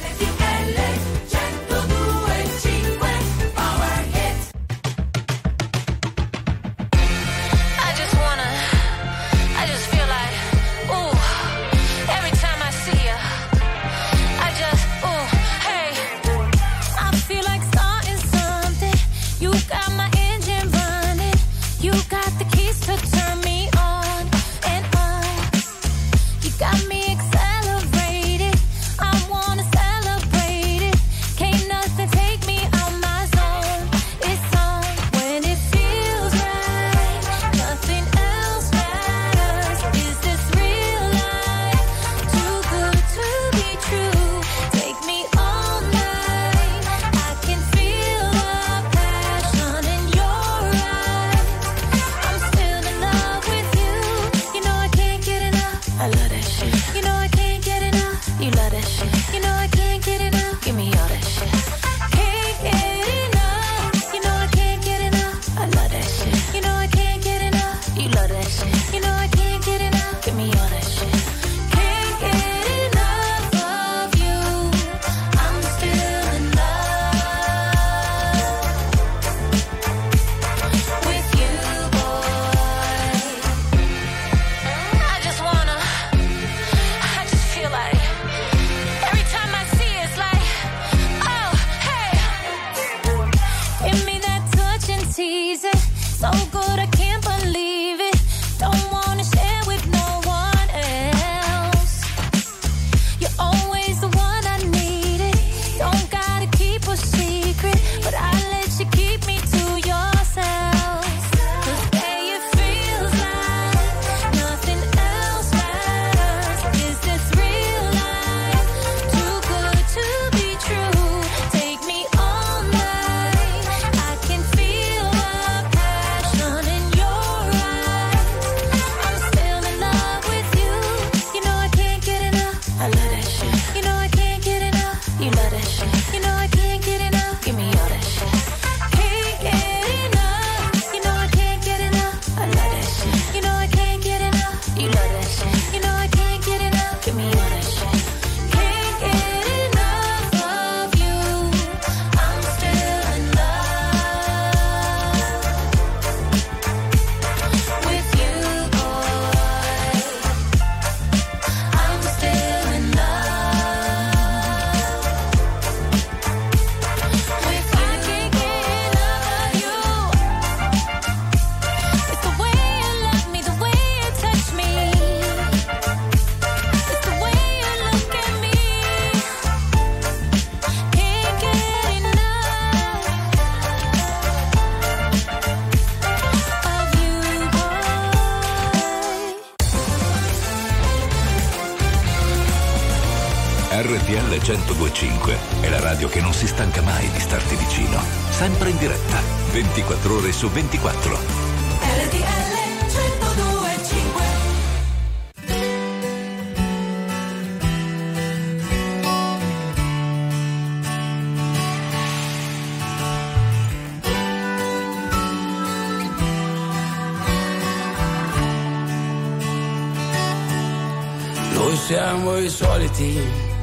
I just wanna, I just feel like, ooh, every time I see ya, I just, ooh, hey, I feel like starting something. You got my engine running, you got the keys to turn me on and on. You got me accelerated, I wanna celebrate it. centodue e cinque è la radio che non si stanca mai di starti vicino. Sempre in diretta, ventiquattro ore su ventiquattro. R T L centodue e cinque. Noi siamo i soliti,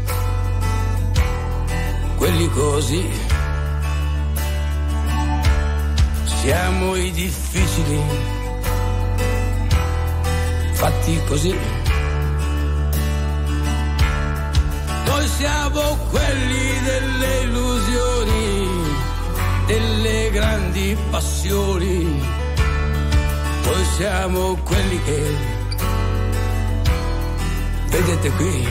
quelli così. Siamo i difficili, fatti così. Noi siamo quelli delle illusioni, delle grandi passioni. Noi siamo quelli che vedete qui.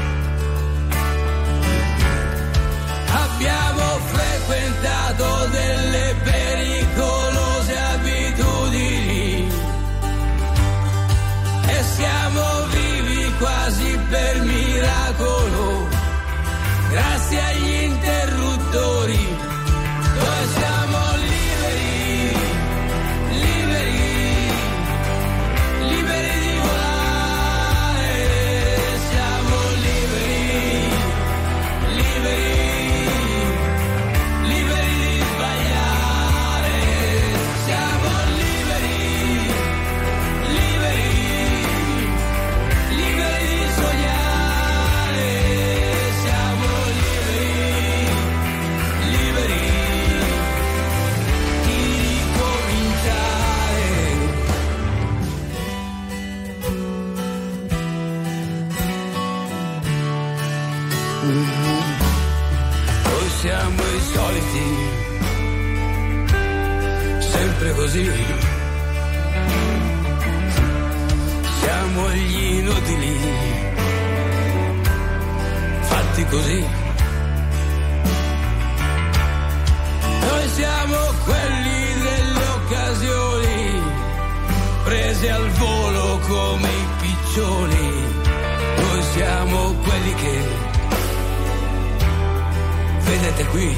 Abbiamo frequentato delle pericolose abitudini e siamo vivi quasi per miracolo, grazie agli interruttori. Noi siamo liberi, liberi, liberi di volare. Siamo liberi, liberi, liberi di sbagliare. Siamo liberi, liberi, liberi di sognare. Siamo liberi, liberi di ricominciare. Mhm. Noi siamo i soliti, sempre così. Siamo gli inutili, fatti così. Noi siamo quelli delle occasioni, prese al volo come i piccioni. Noi siamo quelli che vedete qui.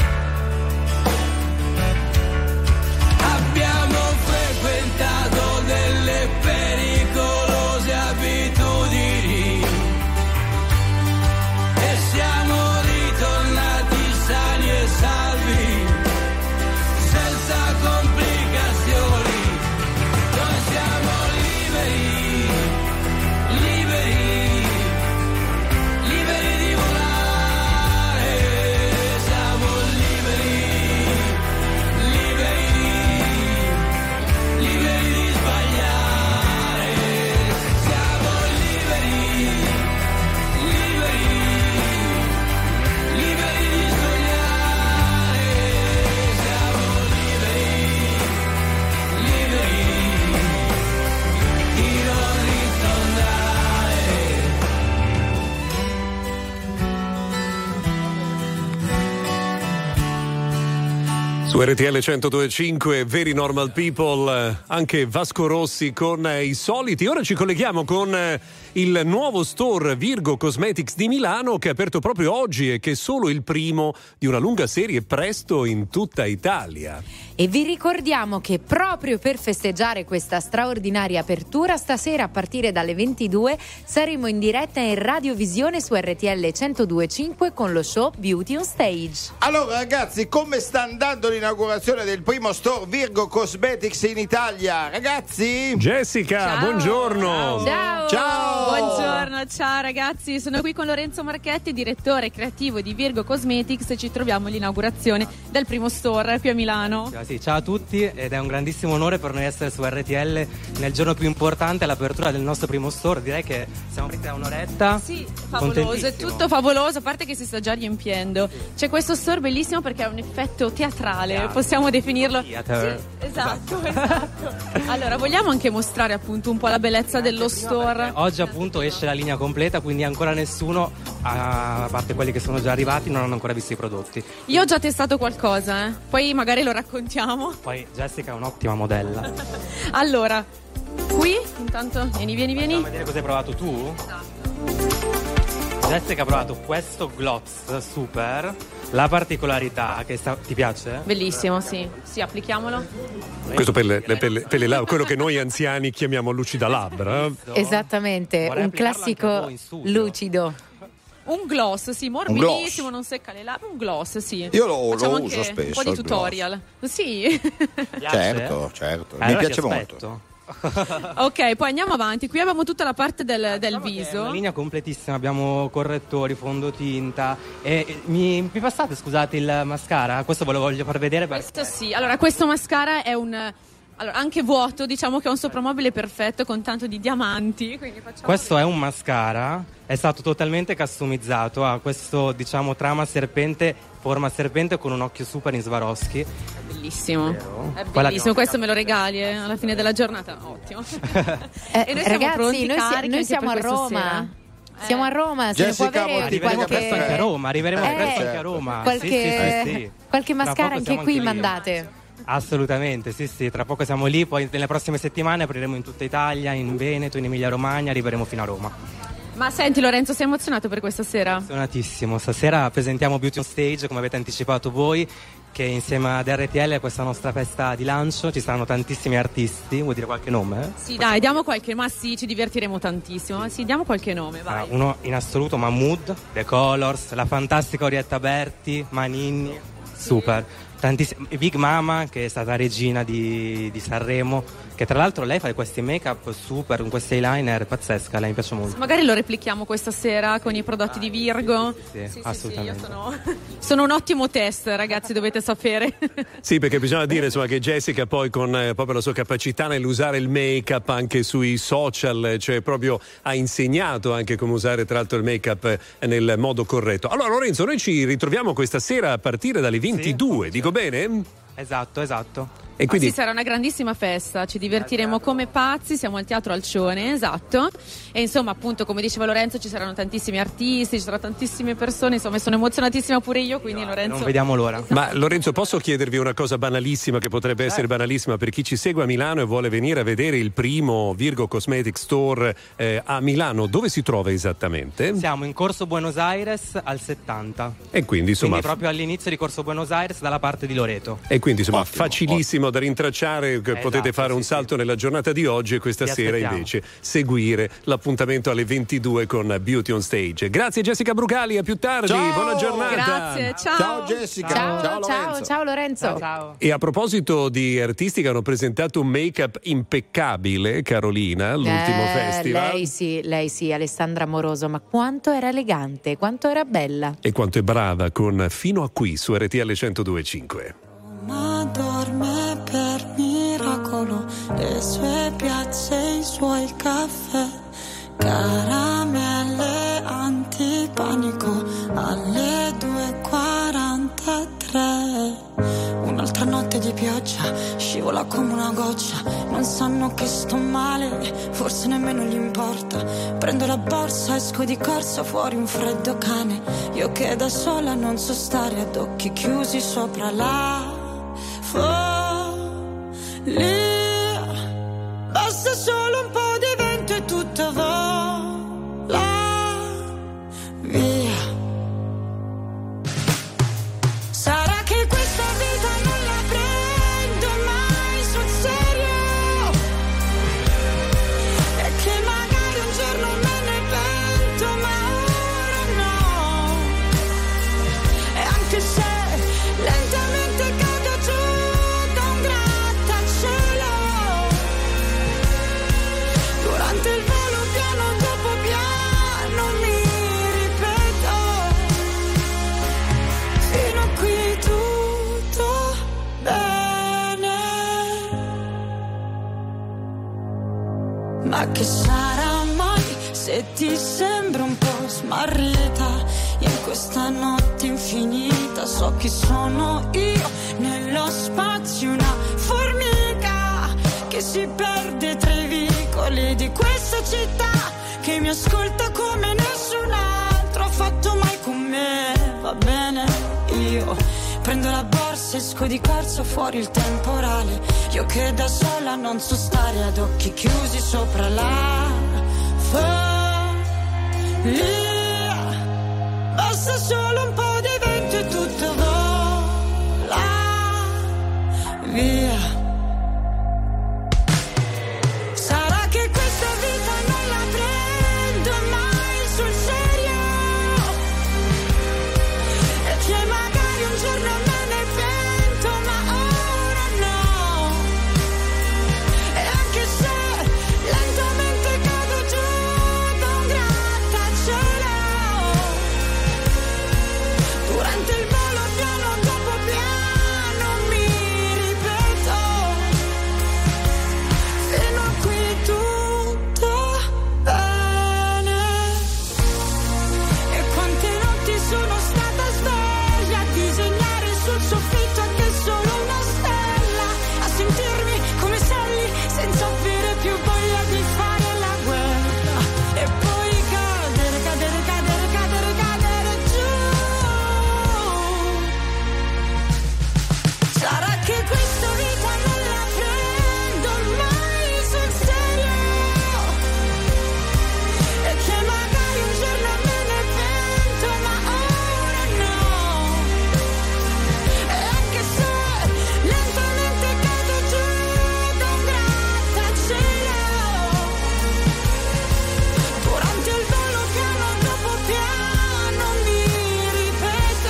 Abbiamo frequentato delle pericolose abitudini e siamo ritornati sani e salvi, senza complicazioni. Noi siamo liberi, liberi, liberi di volare. Siamo liberi, liberi, liberi di sbagliare. Siamo liberi, liberi, liberi di sognare. Siamo liberi, liberi di non ritornare. Su R T L centodue e cinque, Very Normal People, eh, anche Vasco Rossi con eh, i soliti. Ora ci colleghiamo con eh, il nuovo store Virgo Cosmetics di Milano, che è aperto proprio oggi e che è solo il primo di una lunga serie presto in tutta Italia. E vi ricordiamo che proprio per festeggiare questa straordinaria apertura, stasera a partire dalle ventidue saremo in diretta in radiovisione su R T L centodue e cinque con lo show Beauty on Stage. Allora ragazzi, come sta andando l'inaugurazione del primo store Virgo Cosmetics in Italia? Ragazzi? Jessica, Ciao. buongiorno. Ciao. Ciao. Buongiorno, ciao ragazzi, sono qui con Lorenzo Marchetti, direttore creativo di Virgo Cosmetics, e ci troviamo all'inaugurazione del primo store qui a Milano. Sì, ciao a tutti, ed è un grandissimo onore per noi essere su R T L nel giorno più importante, l'apertura del nostro primo store. Direi che siamo qui a un'oretta. Sì, favoloso, è tutto favoloso, a parte che si sta già riempiendo. C'è questo store bellissimo perché ha un effetto teatrale, Teatro. possiamo definirlo. Theater. Sì, esatto, esatto. Allora, vogliamo anche mostrare appunto un po' la bellezza dello store. Oggi appunto esce la linea completa, quindi ancora nessuno, a parte quelli che sono già arrivati, non hanno ancora visto i prodotti. Io ho già testato qualcosa, eh. Poi magari lo raccontiamo. Poi Jessica è un'ottima modella. Allora, qui intanto vieni, vieni, vieni. Facciamo vedere cosa hai provato tu? Jessica ha provato questo gloss super. La particolarità che sta... ti piace? Bellissimo, sì. Sì, applichiamolo. Questo per le, per le, per le labbra, quello che noi anziani chiamiamo lucida labbra. Esattamente, Vorrei un applicarlo anche a classico voi in studio. lucido. Un gloss, sì, morbidissimo, non secca le labbra. Un gloss, sì. Io lo- Facciamo lo uso anche spesso, un po' di il tutorial. Sì. Certo, certo. Mi Allora piace ti molto. aspetto. Ok, poi andiamo avanti. Qui abbiamo tutta la parte del, del È viso. una linea completissima, abbiamo correttori, fondotinta. E e mi, mi passate, scusate, il mascara? Questo ve lo voglio far vedere perché Questo sì. Allora, questo mascara è un... Allora, anche vuoto, diciamo che è un soprammobile perfetto con tanto di diamanti. Quindi facciamo questo è un mascara, è stato totalmente customizzato, ha questo, diciamo, trama serpente, forma serpente con un occhio super in Swarovski. bellissimo. È Poi bellissimo, questo me lo regali eh, alla fine della giornata. Ottimo. Eh, E noi siamo ragazzi, pronti, noi, si- carichi noi anche siamo a per questa Roma. sera? Siamo a Roma, se ne può Jessica, avere Arriveremo qualche... presto anche a Roma, arriveremo Eh, presto anche a Roma. Qualche, Sì, sì, sì, sì. qualche Tra mascara poco anche siamo qui anche lì. mandate. Assolutamente, sì, sì, tra poco siamo lì, poi nelle prossime settimane apriremo in tutta Italia, in Veneto, in Emilia Romagna, arriveremo fino a Roma. Ma senti Lorenzo, sei emozionato per questa sera? Emozionatissimo, stasera presentiamo Beauty on Stage, come avete anticipato voi, che insieme ad R T L è questa nostra festa di lancio, ci saranno tantissimi artisti, vuoi dire qualche nome? Sì, dai, diamo qualche, ma sì, ci divertiremo tantissimo. Ma sì, diamo qualche nome, vai. Ah, uno in assoluto, Mahmood, The Colors, la fantastica Orietta Berti, Maninni, super. Tantissimi, Big Mama, che è stata regina di, di Sanremo, che tra l'altro lei fa questi make-up super, con questi eyeliner, pazzesca, lei mi piace molto. Magari lo replichiamo questa sera con i prodotti di Virgo. Sì, Sì, sì, assolutamente. sì, io sono, sono un ottimo test, ragazzi, dovete sapere. Sì, perché bisogna dire insomma che Jessica poi con eh, proprio la sua capacità nell'usare il make-up anche sui social, cioè proprio ha insegnato anche come usare tra l'altro il make-up eh, nel modo corretto. Allora Lorenzo, noi ci ritroviamo questa sera a partire dalle ventidue, dico bene? Esatto, esatto. E quindi Ah, sì, sarà una grandissima festa, ci divertiremo come pazzi, siamo al Teatro Alcione, esatto. E insomma, appunto, come diceva Lorenzo, ci saranno tantissimi artisti, ci saranno tantissime persone, insomma, sono emozionatissima pure io, quindi Lorenzo... Non vediamo l'ora. Ma Lorenzo, posso chiedervi una cosa banalissima che potrebbe essere banalissima per chi ci segue a Milano e vuole venire a vedere il primo Virgo Cosmetic Store eh, a Milano, dove si trova esattamente? Siamo in Corso Buenos Aires al settanta. E quindi insomma Quindi proprio all'inizio di Corso Buenos Aires dalla parte di Loreto. E quindi insomma facilissimo da rintracciare, che Esatto, potete fare un sì, salto nella giornata di oggi e questa Vi sera aspettiamo. invece seguire l'appuntamento alle ventidue con Beauty on Stage. Grazie Jessica Brugali, a più tardi, Ciao! buona giornata. Grazie, ciao. Ciao Jessica. Ciao, Ciao, ciao, Lorenzo. ciao Lorenzo. Ciao. E a proposito di artisti che hanno presentato un make-up impeccabile, Carolina, all'ultimo Eh, festival. Lei sì, lei sì, Alessandra Amoroso, ma quanto era elegante, quanto era bella. E quanto è brava con Fino a qui su R T L centodue e cinque. Ma dorme per miracolo, le sue piazze, i suoi caffè, caramelle antipanico alle due e quarantatré. Un'altra notte di pioggia, scivola come una goccia, non sanno che sto male, forse nemmeno gli importa. Prendo la borsa, esco di corsa, fuori un freddo cane, io che da sola non so stare ad occhi chiusi sopra la follia. Basta solo un po' di vento e tutto vola via. Sarà che questa vita non la prendo mai sul serio, e che magari un giorno me ne pento, ma ora no. E anche se lentamente cado giù da un grattacielo, durante il volo piano dopo piano mi ripeto, fino a qui tutto bene. Ma che sarà mai se ti sembra un po' smarrita in questa notte infinita? So chi sono io nello spazio, una formica che si perde tra i vicoli di questa città, che mi ascolta come nessun altro ha fatto mai con me. Va bene, io prendo la borsa, esco di corsa, fuori il temporale, io che da sola non so stare ad occhi chiusi sopra la follia. passa solo un po' di vento e tutto vola via. Sarà che questa vita non la prendo mai sul serio, e che magari un giorno me ne pento, ma ora no. E anche se lentamente cado giù da un grattacielo, durante il volo piano dopo piano mi ripeto, fino a qui tutto bene. E quante notti sono stata sveglia a disegnare sul soffitto anche solo una stella, a sentirmi come Sally senza avere più voglia di fare la guerra, e poi cadere, cadere, cadere, cadere, cadere giù. Sarà che questa vita non la prendo mai sul serio, e che magari un giorno me ne pento, ma ora no. E anche se lentamente cado giù da un grattacielo, durante il volo piano dopo piano mi ripeto,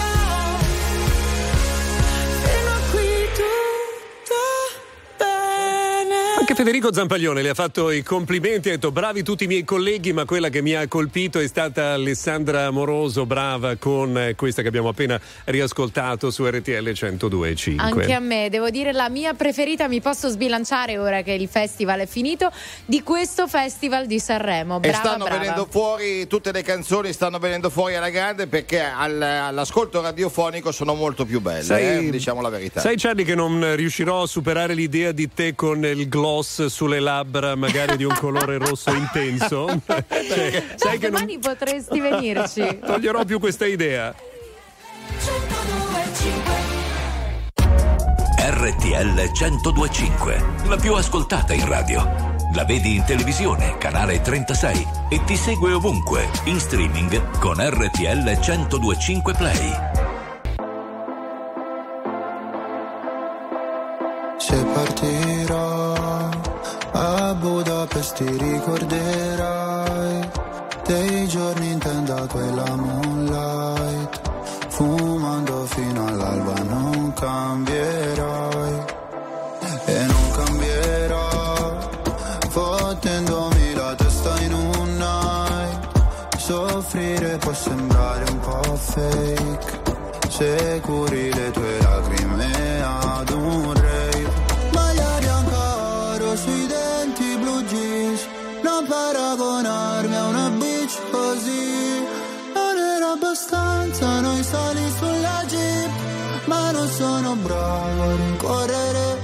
fino a qui tutto bene. Anche Federico Zampaglione le ha fatto i complimenti, ha detto bravi tutti i miei colleghi, ma quella che mi ha colpito è stata Alessandra Amoroso, brava con eh, questa che abbiamo appena riascoltato su R T L centodue e cinque. Anche a me, devo dire la mia preferita, mi posso sbilanciare ora che il festival è finito, di questo festival di Sanremo. E Brava, stanno brava. venendo fuori, tutte le canzoni stanno venendo fuori alla grande, perché al- all'ascolto radiofonico sono molto più belle, Sai- eh, diciamo la verità. Sai, Charlie, che non riuscirò a superare l'idea di te con il gloss sulle labbra, magari di un colore rosso intenso? Cioè, sai che non Domani potresti venirci. toglierò più questa idea. R T L centodue e cinque, la più ascoltata in radio. La vedi in televisione, canale trentasei, e ti segue ovunque, in streaming con R T L centodue e cinque Play. Se partirò a Budapest ti ricorderai dei giorni in tenda quella moonlight, fumando fino all'alba non cambierai e non cambierò, fottendomi la testa in un night. Soffrire può sembrare un po' fake se curi le tue lacrime ad un rave. Maglia bianca oro sui denti, blu jeans, non paragonarmi a una bitch così. Non era abbastanza noi sali sulla jeep, ma non sono bravo a rincorrere.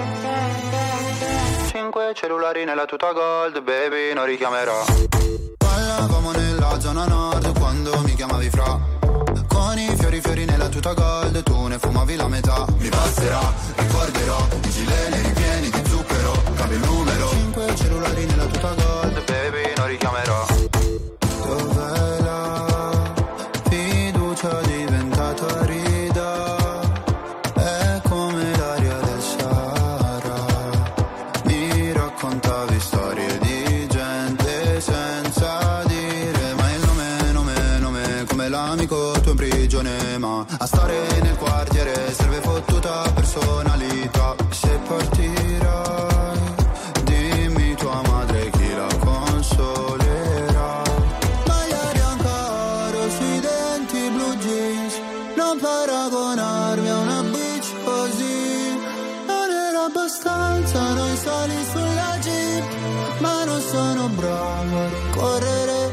Cinque cellulari nella tuta gold, baby, non richiamerò. Parlavamo nella zona nord quando mi chiamavi fra. Con i fiori fiori nella tuta gold, tu ne fumavi la metà. Mi passerà, ricorderò, i gileni ripieni di zucchero, cambio il numero. Cinque cellulari nella tuta gold, baby, non richiamerò. Dov'è la fiducia diventata rida? È come l'aria del Sahara. Mi raccontavi storie di gente senza dire mai il nome, nome, nome, come l'amico tuo in prigione. Ma a stare nel quartiere serve fottuta personalità. Se partirai, dimmi tua madre chi la consolerà. Maglia bianca oro sui denti, blu jeans, non paragonarmi a una bitch così. Non era abbastanza noi sali sulla jeep, ma non sono bravo a correre.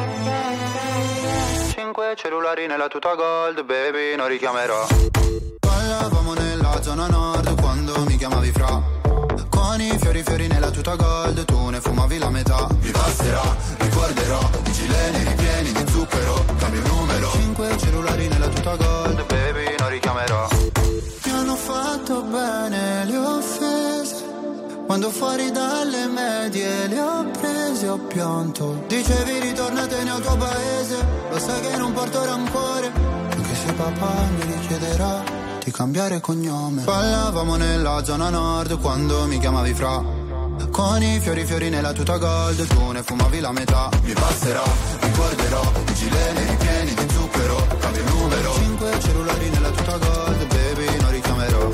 Cinque cellulari nella tuta gold, baby, non richiamerò. Parlavamo nella zona nord quando mi chiamavi fra. Con i fiori fiori nella tuta gold, tu ne fumavi la metà. Mi passerà, ricorderò, i gileni ripieni di zucchero, cambio il numero. Cinque cellulari nella tuta gold, baby, non richiamerò. Mi hanno fatto bene le offese, quando fuori dalle medie le ho prese, ho pianto. Dicevi ritornatene al tuo paese, lo sai che non porto rancore, anche se papà mi richiederà di cambiare cognome. Ballavamo nella zona nord quando mi chiamavi fra, con i fiori fiori nella tuta gold, tu ne fumavi la metà. Mi passerà, mi guarderò, i gileni ripieni di zucchero, cambio numero. Cinque cellulari nella tuta gold, baby, non richiamerò.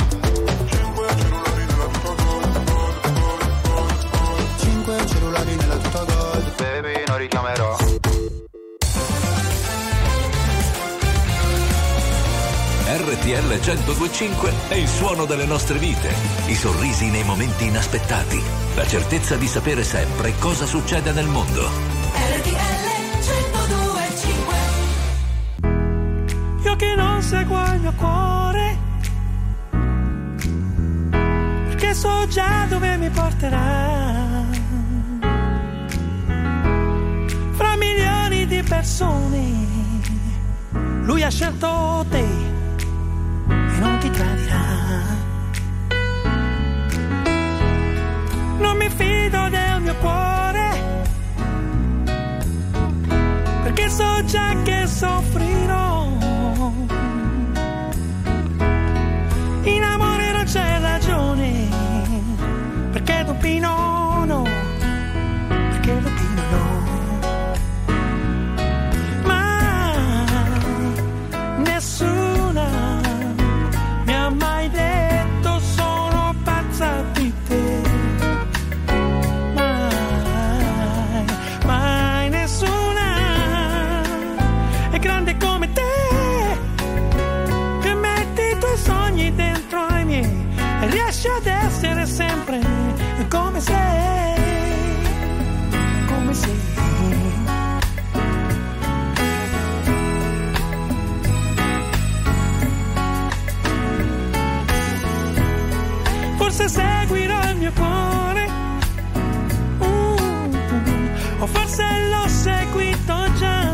Cinque cellulari nella tuta gold, baby, non richiamerò. R T L centodue e cinque è il suono delle nostre vite, i sorrisi nei momenti inaspettati, la certezza di sapere sempre cosa succede nel mondo. R T L centodue e cinque. Io che non seguo il mio cuore, perché so già dove mi porterà. Fra milioni di persone, lui ha scelto te e non ti tradirà. Non mi fido del mio cuore, perché so già che soffrirò. In amore non c'è ragione, perché Dopino no, perché Dopino no. Nessuna mi ha mai detto sono pazza di te. Mai, mai nessuna è grande come te, che metti i tuoi sogni dentro ai miei e riesci ad essere sempre come sei, come sei. Forse seguirò il mio cuore, uh, o forse l'ho seguito già.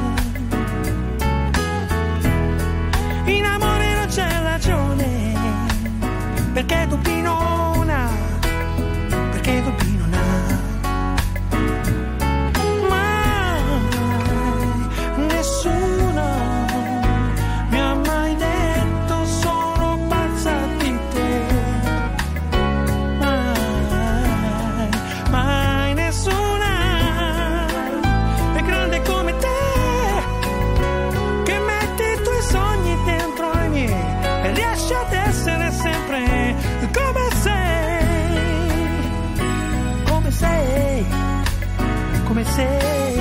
In amore non c'è ragione, perché tu pinona, perché tu pinona. Mai nessuna mi ha mai detto sono pazza di te. Mai nessuna è grande come te, che metti i tuoi sogni dentro ai miei e riesci ad essere sempre come sei, come sei, come sei.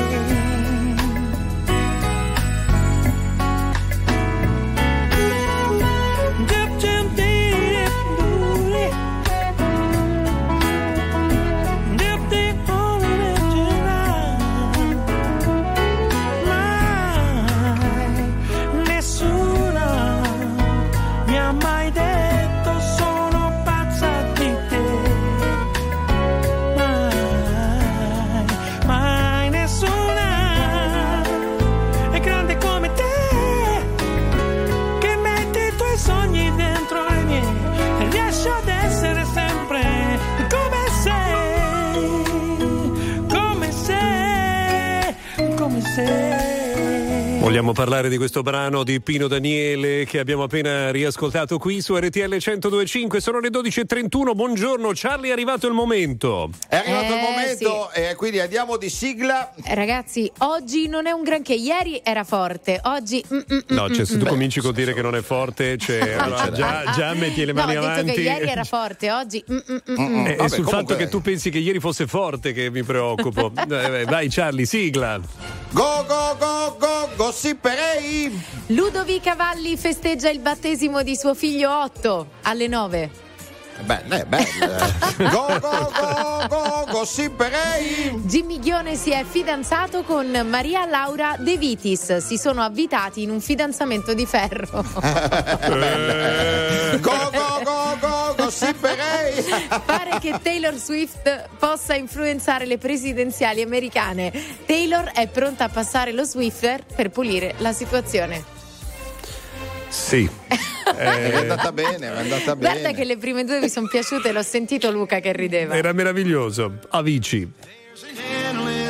Vogliamo parlare di questo brano di Pino Daniele che abbiamo appena riascoltato qui su R T L centodue e cinque. Sono le dodici e trentuno. Buongiorno Charlie, è arrivato il momento. È arrivato Eh, il momento sì. e quindi andiamo di sigla. Ragazzi, oggi non è un granché, ieri era forte, oggi mm, mm, No, cioè, se tu mm, cominci col dire che non è forte, cioè, allora, già, già metti le no, mani ho detto avanti. che ieri era forte, oggi mm, mm, mm, mm. È, è Vabbè, sul comunque- fatto che tu pensi che ieri fosse forte che mi preoccupo. Eh, Vai Charlie, sigla. Go go go go gossiperei. Ludovica Valli festeggia il battesimo di suo figlio Otto alle nove. Bella, è bella. Go go go go gossiperei. Jimmy Ghione si è fidanzato con Maria Laura De Vitis, si sono avvitati in un fidanzamento di ferro. Go go go go gossiperei. Pare che Taylor Swift possa influenzare le presidenziali americane. Taylor è pronta a passare lo Swiffer per pulire la situazione. Sì. È andata bene, è andata Guarda bene. che le prime due mi sono piaciute, l'ho sentito Luca che rideva. Era meraviglioso. Avicii.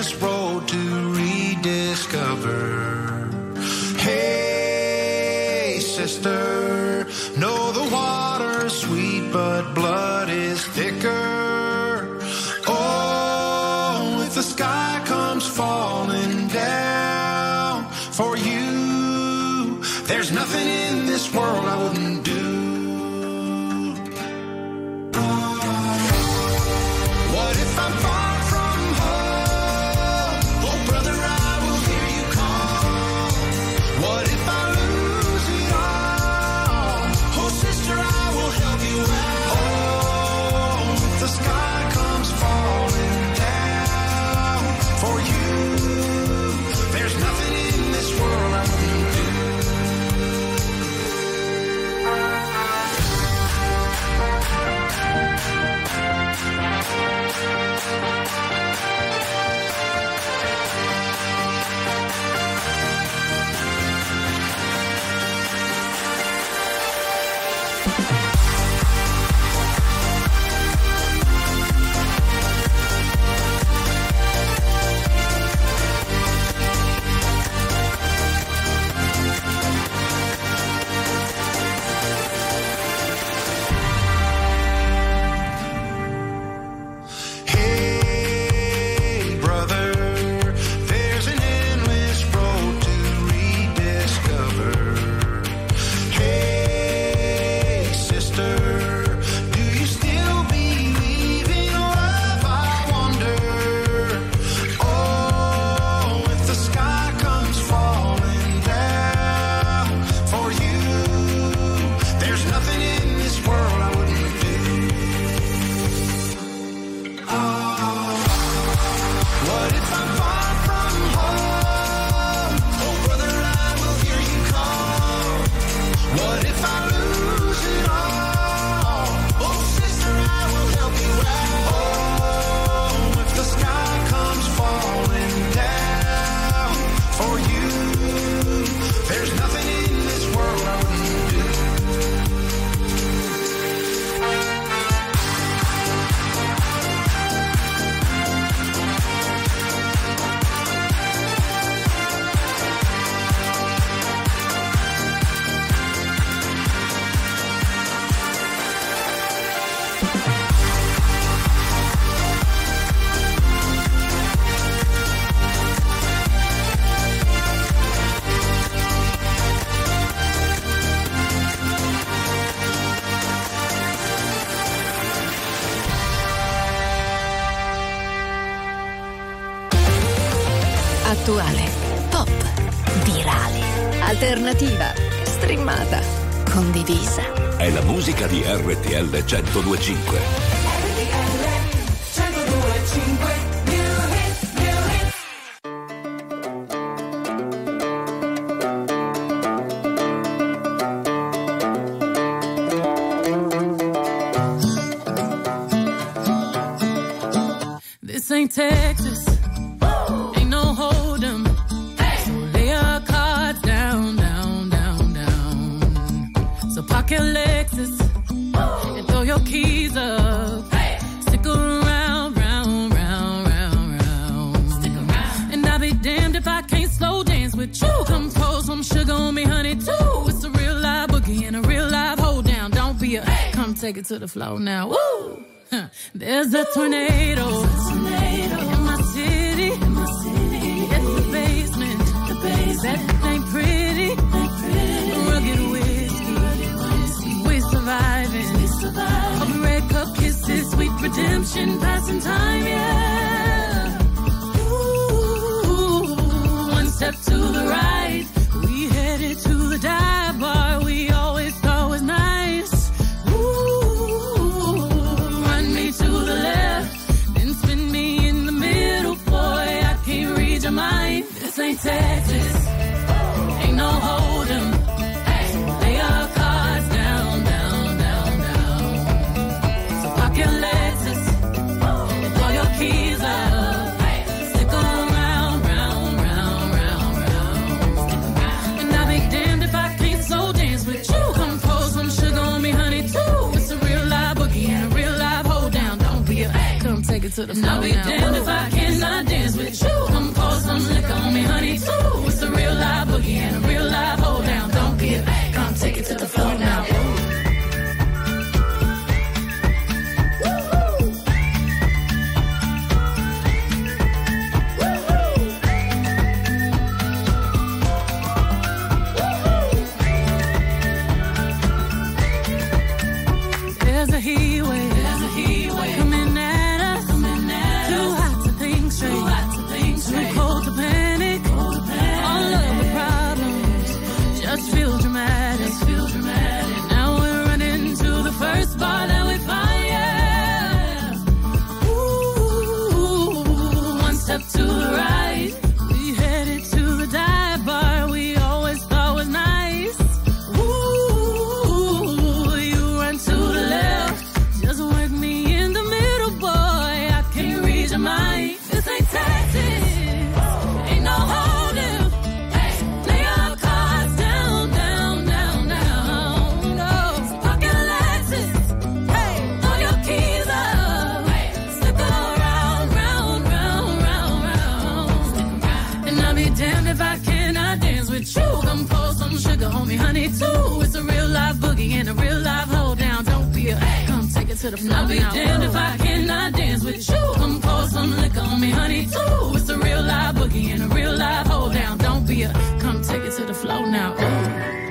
sister. No, the water's sweet, but blood is thicker. Oh, if the sky comes falling down for you, there's nothing in this world I wouldn't do. What if I'm far from home? Oh, brother, I will hear you call. What if I lose it all? Oh, sister, I will help you out. Oh, if the sky comes falling down for you, there's nothing in this world I wouldn't do. Hey, brother, there's an endless road to rediscover. Hey, sister, do you still believe in love? I wonder. Oh, if the sky comes falling down for you, there's nothing in this world I wouldn't do. What if I'm far from home? Oh, brother, I will hear you call. What if I lose it all? Oh, sister, I will help you out. Oh, if the sky comes falling down for you, there's nothing in this world I wouldn't do. Attuale, pop, virale, alternativa, streamata, condivisa. È la musica di R T L centodue e cinque. This ain't Texas. Ain't no hold 'em. So lay your cards down, down, down, down. So park your Lexus and throw your keys up. Stick around, round, round, round, round. Stick around. And I'll be damned if I can't slow dance with you. Come pour some sugar on me, honey, too. It's a real live boogie and a real live hold down. Don't be a come take it to the floor now. Woo! Huh. There's a tornado, in my city. It's the basement. That ain't pretty. Rugged whiskey. We surviving. Open red cup kisses, sweet redemption, passing time, yeah. Ooh, one step to the right. We headed to the dive bar we always thought was nice. Ooh, run me to the left, then spin me in the middle, boy, I can't read your mind. This ain't Texas, ain't no hold 'em. Lay your cards down, down, down, down. So park your Lexus and throw your keys up. Stick around, round, round, round, round. And I'll be damned if I can't slow dance with you. Come pour some sugar on me, honey, too. It's a real live boogie and a real live hold down. Don't be a come take it to the floor. I'll be damned if I cannot dance with you. Come pour some liquor on me, honey, too. It's a real live boogie and a real live hold down. Don't be a come take it to the to the floor. I'll be damned if I cannot dance with you. Come pour some liquor on me, honey, too. It's a real live boogie and a real live hold down. Don't be a, come take it to the floor now. Ooh.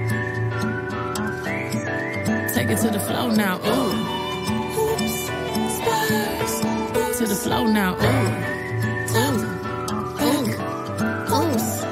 Take it to the floor now. Ooh. Oops, sparks. To the floor now. Ooh. Ooh. Ooh. Oops.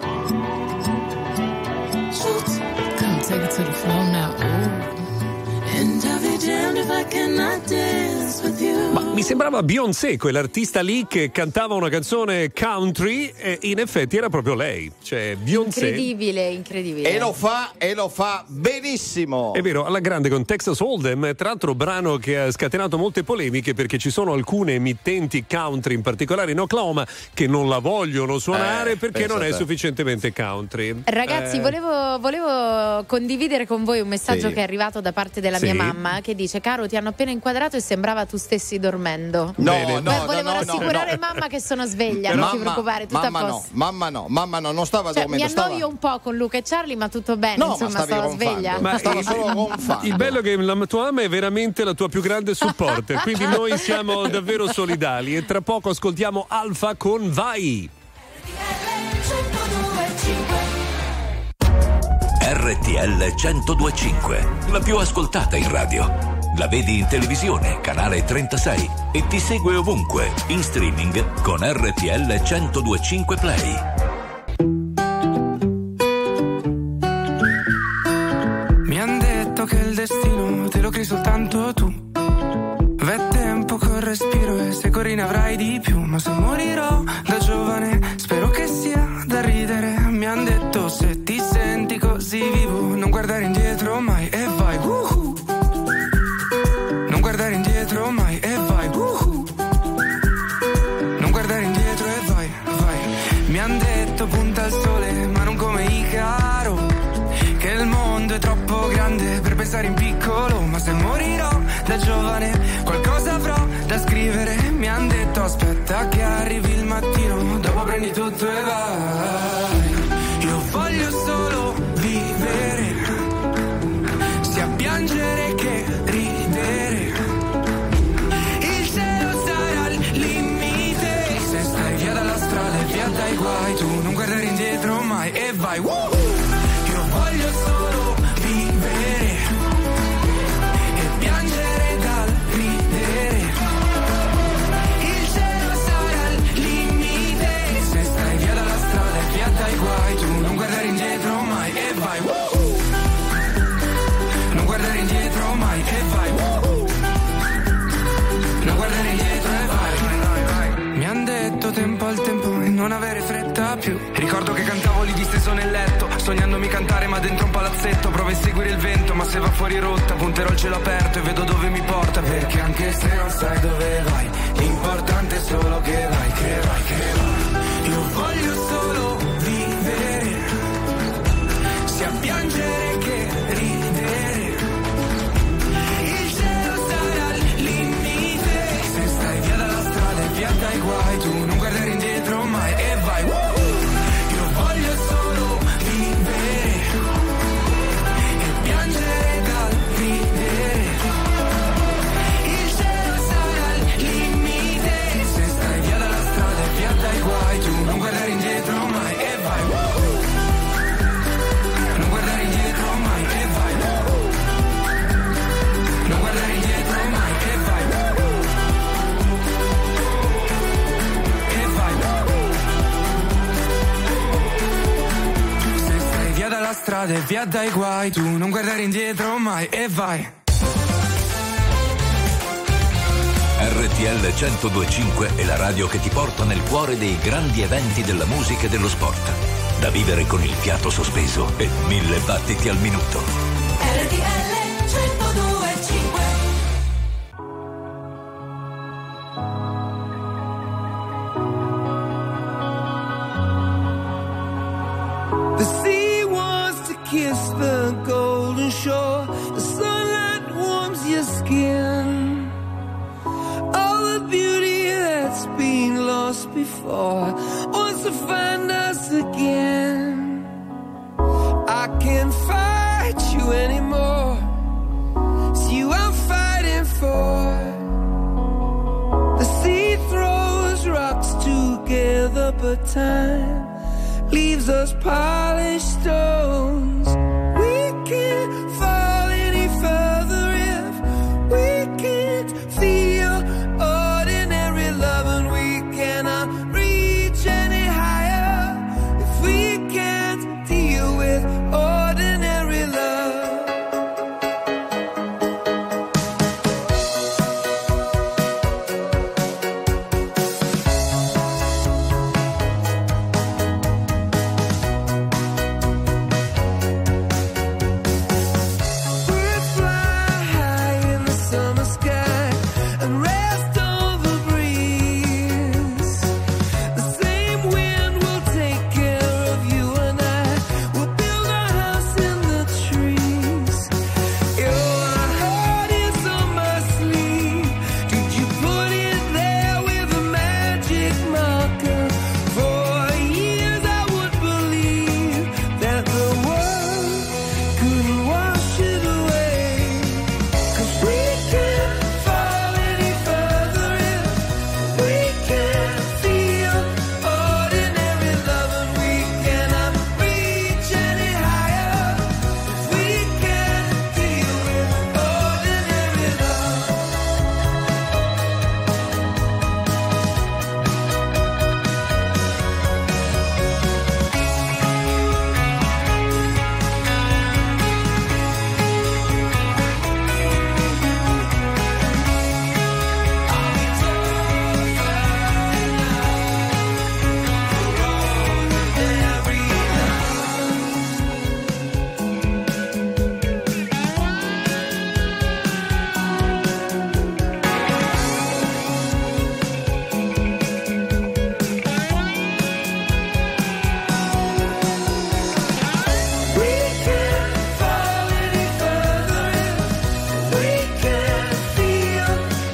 Shoot. Come take it to the floor now. Ooh. And I'll be damned if I cannot dance with you. Ma mi sembrava Beyoncé, quell'artista lì che cantava una canzone country, e in effetti era proprio lei, cioè Beyoncé. Incredibile, incredibile. E lo fa, e lo fa benissimo. È vero, alla grande con Texas Hold'em, tra l'altro brano che ha scatenato molte polemiche perché ci sono alcune emittenti country, in particolare in Oklahoma, che non la vogliono suonare Eh, perché non è pensate. sufficientemente country. Ragazzi, Eh, volevo, volevo condividere con voi un messaggio Sì. che è arrivato da parte della Sì. mia mamma, che dice: caro, ti hanno appena inquadrato e sembrava tu stessi dormendo. No, Bene. no, Beh, no, volevo no, rassicurare no. mamma che sono sveglia, Mamma, non ti preoccupare, tutto a mamma posto. no, mamma no, mamma no, non stava Cioè, mi dormendo, annoio stava... un po' con Luca e Charlie, ma tutto bene, No, ma insomma, stavi stavo ronfando. sveglia. Ma stava il- solo ronfando. Il bello è che la tua mamma è veramente la tua più grande supporter, quindi noi siamo davvero solidali e tra poco ascoltiamo Alfa con Vai. R T L centodue e cinque, la più ascoltata in radio. La vedi in televisione, canale trentasei, e ti segue ovunque, in streaming con R T L centodue e cinque Play. Mi han detto che il destino te lo crei soltanto tu. V'è tempo col respiro e se corri ne avrai di più. Ma se morirò da giovane spero che sia da ridere. Mi han detto se ti senti così vivo non guardare indietro mai e vai. Woohoo. Non guardare indietro mai e vai. Woohoo. Non guardare indietro e vai, vai. Mi han detto punta al sole ma non come Icaro, che il mondo è troppo grande per pensare in piccolo. Ma se morirò da giovane qualcosa avrò da scrivere. Mi han detto aspetta che arrivi il mattino, dopo prendi tutto e vai. Io voglio solo vivere, sia piangere che ridere. Il cielo sarà il limite, se stai via dalla strada e via dai guai. Tu non guardare indietro mai e vai. Woo! Io voglio solo vivere e piangere dal ridere. Il cielo sarà il limite, se stai via dalla strada e via dai guai. Tu non guardare indietro mai e vai. Woo! Non guardare indietro mai e vai. Woo! Non guardare indietro e vai. Mi han detto tempo al tempo e non avere fretta più. Ricordo che cantavo lì disteso nel letto, sognandomi cantare ma dentro un palazzetto. Provo a seguire il vento ma se va fuori rotta punterò il cielo aperto e vedo dove mi porta. Perché anche se non sai dove vai, l'importante è solo che vai, che vai, che vai. Io voglio solo vivere, sia piangere che ridere. Il cielo sarà il limite, se stai via dalla strada e via dai guai. Tu non guardare indietro mai e vai. Woo! Io voglio solo vivere e piangere dal ridere. Il cielo sarà il limite, se stai via dalla strada e via dai guai. Tu non guardare indietro mai e vai. Woo! Non guardare indietro mai e vai. Woo! Non guardare indietro mai e vai. Woo! E vai. Woo! Se stai via dalla strada e via dai guai. Tu non guardare indietro mai e vai. R T L centodue e cinque è la radio che ti porta nel cuore dei grandi eventi della musica e dello sport. Da vivere con il fiato sospeso e mille battiti al minuto. R T L centodue e cinque. The sea wants to kiss the golden shore. The sunlight warms your skin. All the beauty that's been lost before wants to find us again. I can't fight you anymore. It's you I'm fighting for. those polished stones. We can't fall any further if we can't feel ordinary love, and we cannot reach any higher if we can't deal with ordinary love. Birds fly high in the summer sky and rest on the breeze. The same wind will take care of you and I. We'll build our house in the trees. Your heart is on my sleeve. Did you put it there with a magic marker? For years I would believe that the world couldn't wash it away. 'Cause we can't fall any further if we can't feel ordinary love, and we cannot reach any higher if we can't deal with ordinary love. We can't fall any further if we can't feel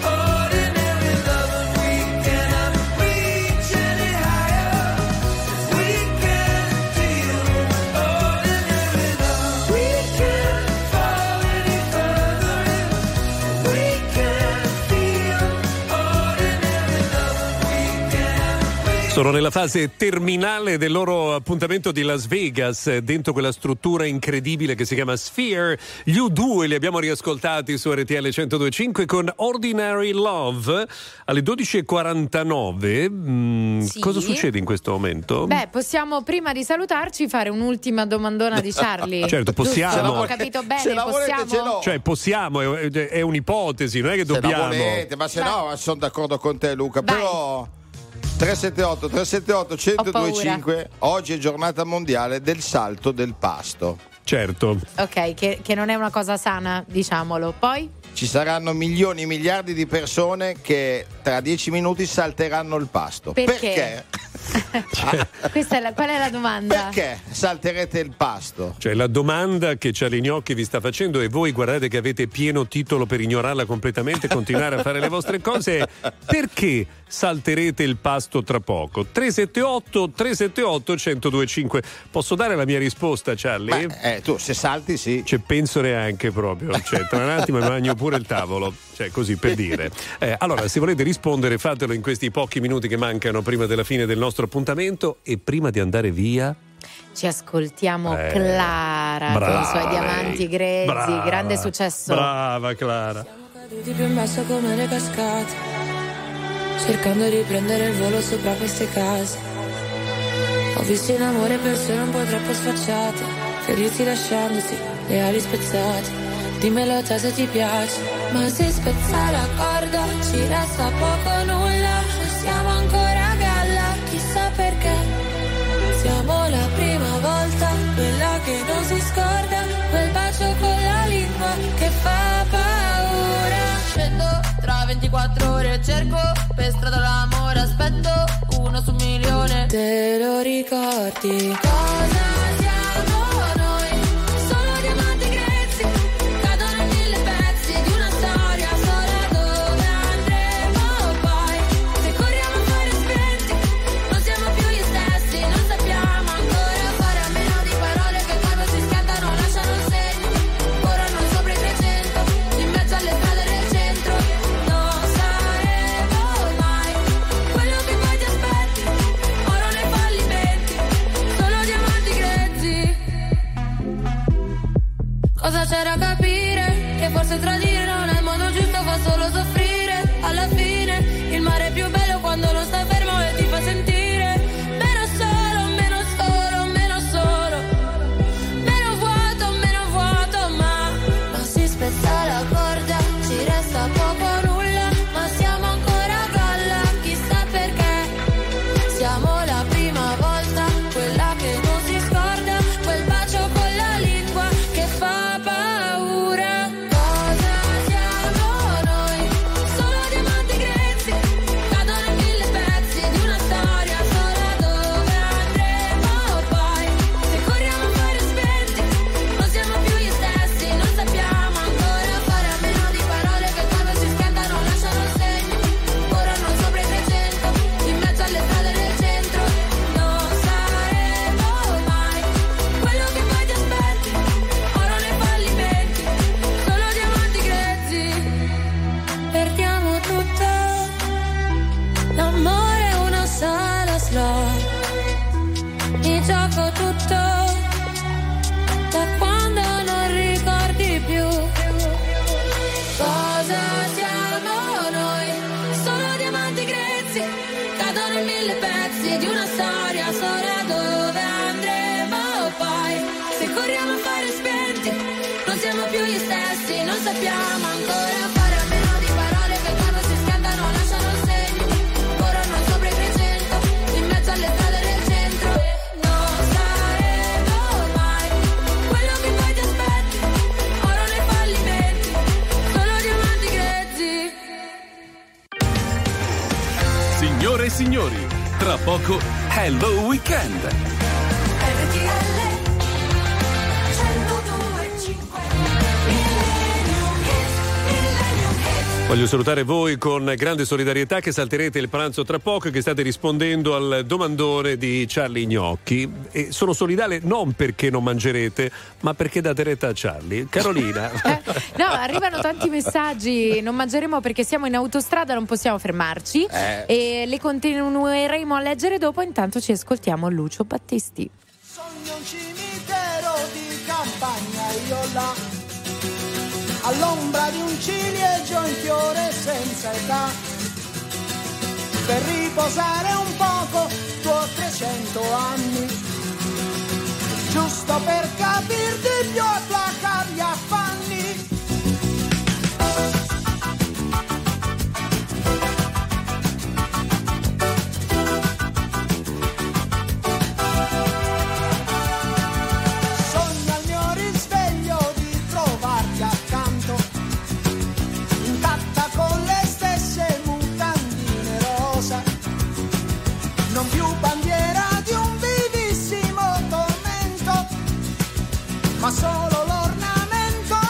ordinary love, and we cannot reach any higher if we can't deal with ordinary love. We can't fall any further if we can't feel ordinary love, and we can't. Sono nella fase terminale del loro appuntamento di Las Vegas, dentro quella struttura incredibile che si chiama Sphere. Gli U due li abbiamo riascoltati su R T L centodue e cinque con Ordinary Love alle dodici e quarantanove. Mm, Sì. Cosa succede in questo momento? Beh, possiamo prima di salutarci fare un'ultima domandona di Charlie. Certo, possiamo. Giusto? Ho capito bene, Se la volete, possiamo? ce l'ho. Cioè possiamo, è, è un'ipotesi, non è che Se la dobbiamo. volete, ma se Vai. no sono d'accordo con te, Luca. Vai. Però tre sette otto tre sette otto uno zero due cinque, oggi è giornata mondiale del salto del pasto. Certo. Ok, che, che non è una cosa sana, diciamolo. Poi? Ci saranno milioni e miliardi di persone che tra dieci minuti salteranno il pasto. Perché? Questa è la, qual è la domanda? Perché salterete il pasto? Cioè la domanda che Charlie Gnocchi vi sta facendo, e voi guardate che avete pieno titolo per ignorarla completamente e continuare a fare le vostre cose, è: perché salterete il pasto tra poco? tre sette otto tre sette otto uno zero due cinque. Posso dare la mia risposta, Charlie? Beh, eh, tu se salti sì. Cioè, penso neanche proprio, cioè, tra un attimo mi bagno pure il tavolo, cioè così per dire. Eh, allora, se volete rispondere, fatelo in questi pochi minuti che mancano prima della fine del nostro appuntamento, e prima di andare via Ci ascoltiamo Eh, Clara brava con i suoi lei. diamanti grezzi, Brava. grande successo. Brava Clara. Caduti più in basso come le cascate, cercando di prendere il volo sopra queste case. Ho visto in amore persone un po' troppo sfacciate, feriti lasciandosi le ali spezzate. Dimmelo te se ti piace, ma se spezza la corda ci resta poco o nulla. Non siamo ancora a galla, chissà perché. Siamo la prima volta, quella che non si scorda, quel bacio con la lingua che fa paura. Scendo tra ventiquattro ore, cerco per strada l'amore, aspetto uno su un milione. Te lo ricordi? Cosa siamo noi? Solo diamanti grezzi, cadono in mille pezzi di una storia sola. Dove andremo poi? Se corriamo a fare spenti, non siamo più gli stessi, non sappiamo ancora fare a meno di parole che quando si scattano lasciano segni. Corrono sopra i trecento, in mezzo alle strade del centro. Non saremo mai quello che poi ti aspetti, oro nei fallimenti, solo diamanti capire che forse tradire non è il modo giusto, fa solo soffrire. Alla fine il mare è più bello quando non sta fermo e ti fa sentire meno solo, meno solo, meno solo, meno vuoto, meno vuoto, ma ma si spezza la corda, ci resta poco o nulla, ma siamo ancora a galla, chissà perché. Siamo la prima volta, quella che non si scorda, quel bacio con la lingua che fa paura. Cosa siamo noi? Solo diamanti grezzi, cadono in mille pezzi di una storia sola. Dove andremo poi? Se corriamo a fare spenti, non siamo più gli stessi, non sappiamo ancora fare a meno di parole che quando si scaldano lasciano il segno. Corrono sopra i trecento, in mezzo alle strade del centro. Non saremo mai quello che poi ti aspetti, oro nei fallimenti, solo diamanti grezzi. Perdiamo tutto, l'amore è una sala slot, mi gioco tutto, da quando non ricordi più. Cosa siamo noi? Solo diamanti grezzi, cadono in mille pezzi di una storia sola. Dove andremo poi? Se corriamo a fare spenti, non siamo più gli stessi, non sappiamo ancora fare a meno di parole che quando si scaldano lasciano il segno. Corrono sopra i trecento, in mezzo alle strade del centro. Non saremo mai quello che poi ti aspetti, oro nei fallimenti, solo diamanti grezzi. Signore e signori, tra poco Hello Weekend. Voglio salutare voi con grande solidarietà che salterete il pranzo tra poco e che state rispondendo al domandone di Charlie Gnocchi. E sono solidale non perché non mangerete, ma perché date retta a Charlie. Carolina. No, arrivano tanti messaggi. Non mangeremo perché siamo in autostrada, non possiamo fermarci. Eh. E le continueremo a leggere dopo. Intanto ci ascoltiamo Lucio Battisti. Sogno un cimitero di campagna, io là, all'ombra di un ciliegio in fiore senza età, per riposare un poco tuoi trecento anni, giusto per capirti più e placare gli affanni. Sogno al mio risveglio di trovarti accanto, intatta con le stesse mutandine rosa, non più bandiera di un vivissimo tormento, ma solo l'ornamento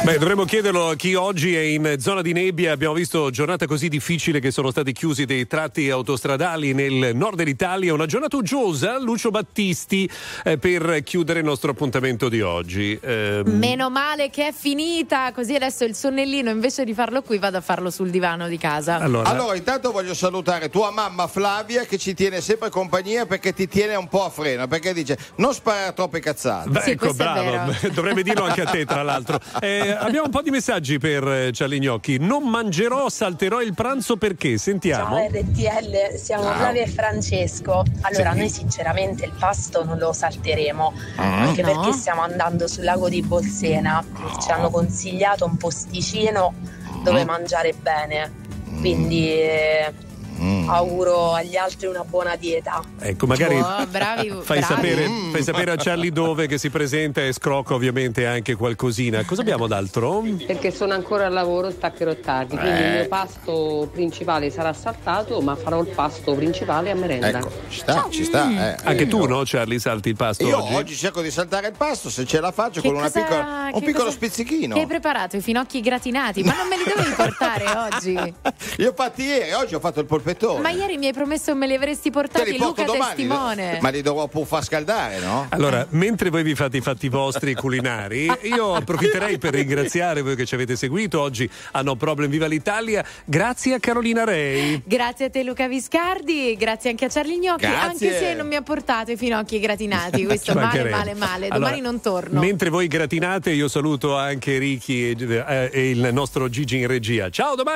Beh, dovremmo chiederlo a chi oggi è in zona di nebbia. Abbiamo visto giornata così difficile che sono stati chiusi dei tratti autostradali nel nord dell'Italia. Una giornata uggiosa, Lucio Battisti, eh, per chiudere il nostro appuntamento di oggi. Eh, Meno male che è finita, così adesso il sonnellino invece di farlo qui vado a farlo sul divano di casa. Allora, Allora, intanto voglio salutare tua mamma Flavia che ci tiene sempre compagnia perché ti tiene un po' a freno, perché dice non sparare troppe cazzate. Beh, ecco, bravo, dovrebbe dirlo anche a te tra l'altro. Eh, abbiamo un po' di messaggi per eh, Charlie Gnocchi. Non mangerò, salterò il pranzo perché? Sentiamo. Ciao R T L, siamo Ciao. Flavia e Francesco. Allora, Sì. noi sinceramente il pasto non lo salteremo, Ah, anche no? perché stiamo andando sul lago di Bolsena e ci hanno consigliato un posticino dove Mm. mangiare bene. Quindi eh, auguro agli altri una buona dieta. Ecco, magari Oh, bravi, fai, bravi. Sapere, Mm. fai sapere a Charlie dove che si presenta e scrocca ovviamente anche qualcosina. Cosa abbiamo d'altro? Perché sono ancora al lavoro, staccherò tardi, quindi Eh. il mio pasto principale sarà saltato, ma farò il pasto principale a merenda. Ecco, ci sta, ci sta. eh. Anche tu, no, Charlie, salti il pasto Io oggi? oggi? cerco di saltare il pasto, se ce la faccio Che con una cosa- piccola, un che piccolo cosa- spizzichino. Che hai preparato? I finocchi gratinati? Ma non me li dovevi portare oggi? Li ho fatti ieri, oggi ho fatto il polpettone. Ma ieri mi hai promesso me li avresti Te portati, li porto Luca domani, testimone. ma li dovrò pur far scaldare, no? Allora, mentre voi vi fate i fatti vostri culinari, io approfitterei per ringraziare voi che ci avete seguito oggi a No Problem Viva l'Italia. Grazie a Carolina Rei. Grazie a te Luca Viscardi, grazie anche a Charlie Gnocchi, Grazie. anche se non mi ha portato i finocchi gratinati, questo Ci male mancherebbe. male male, Allora, domani non torno. Mentre voi gratinate, io saluto anche Ricky e, eh, e il nostro Gigi in regia. Ciao, domani!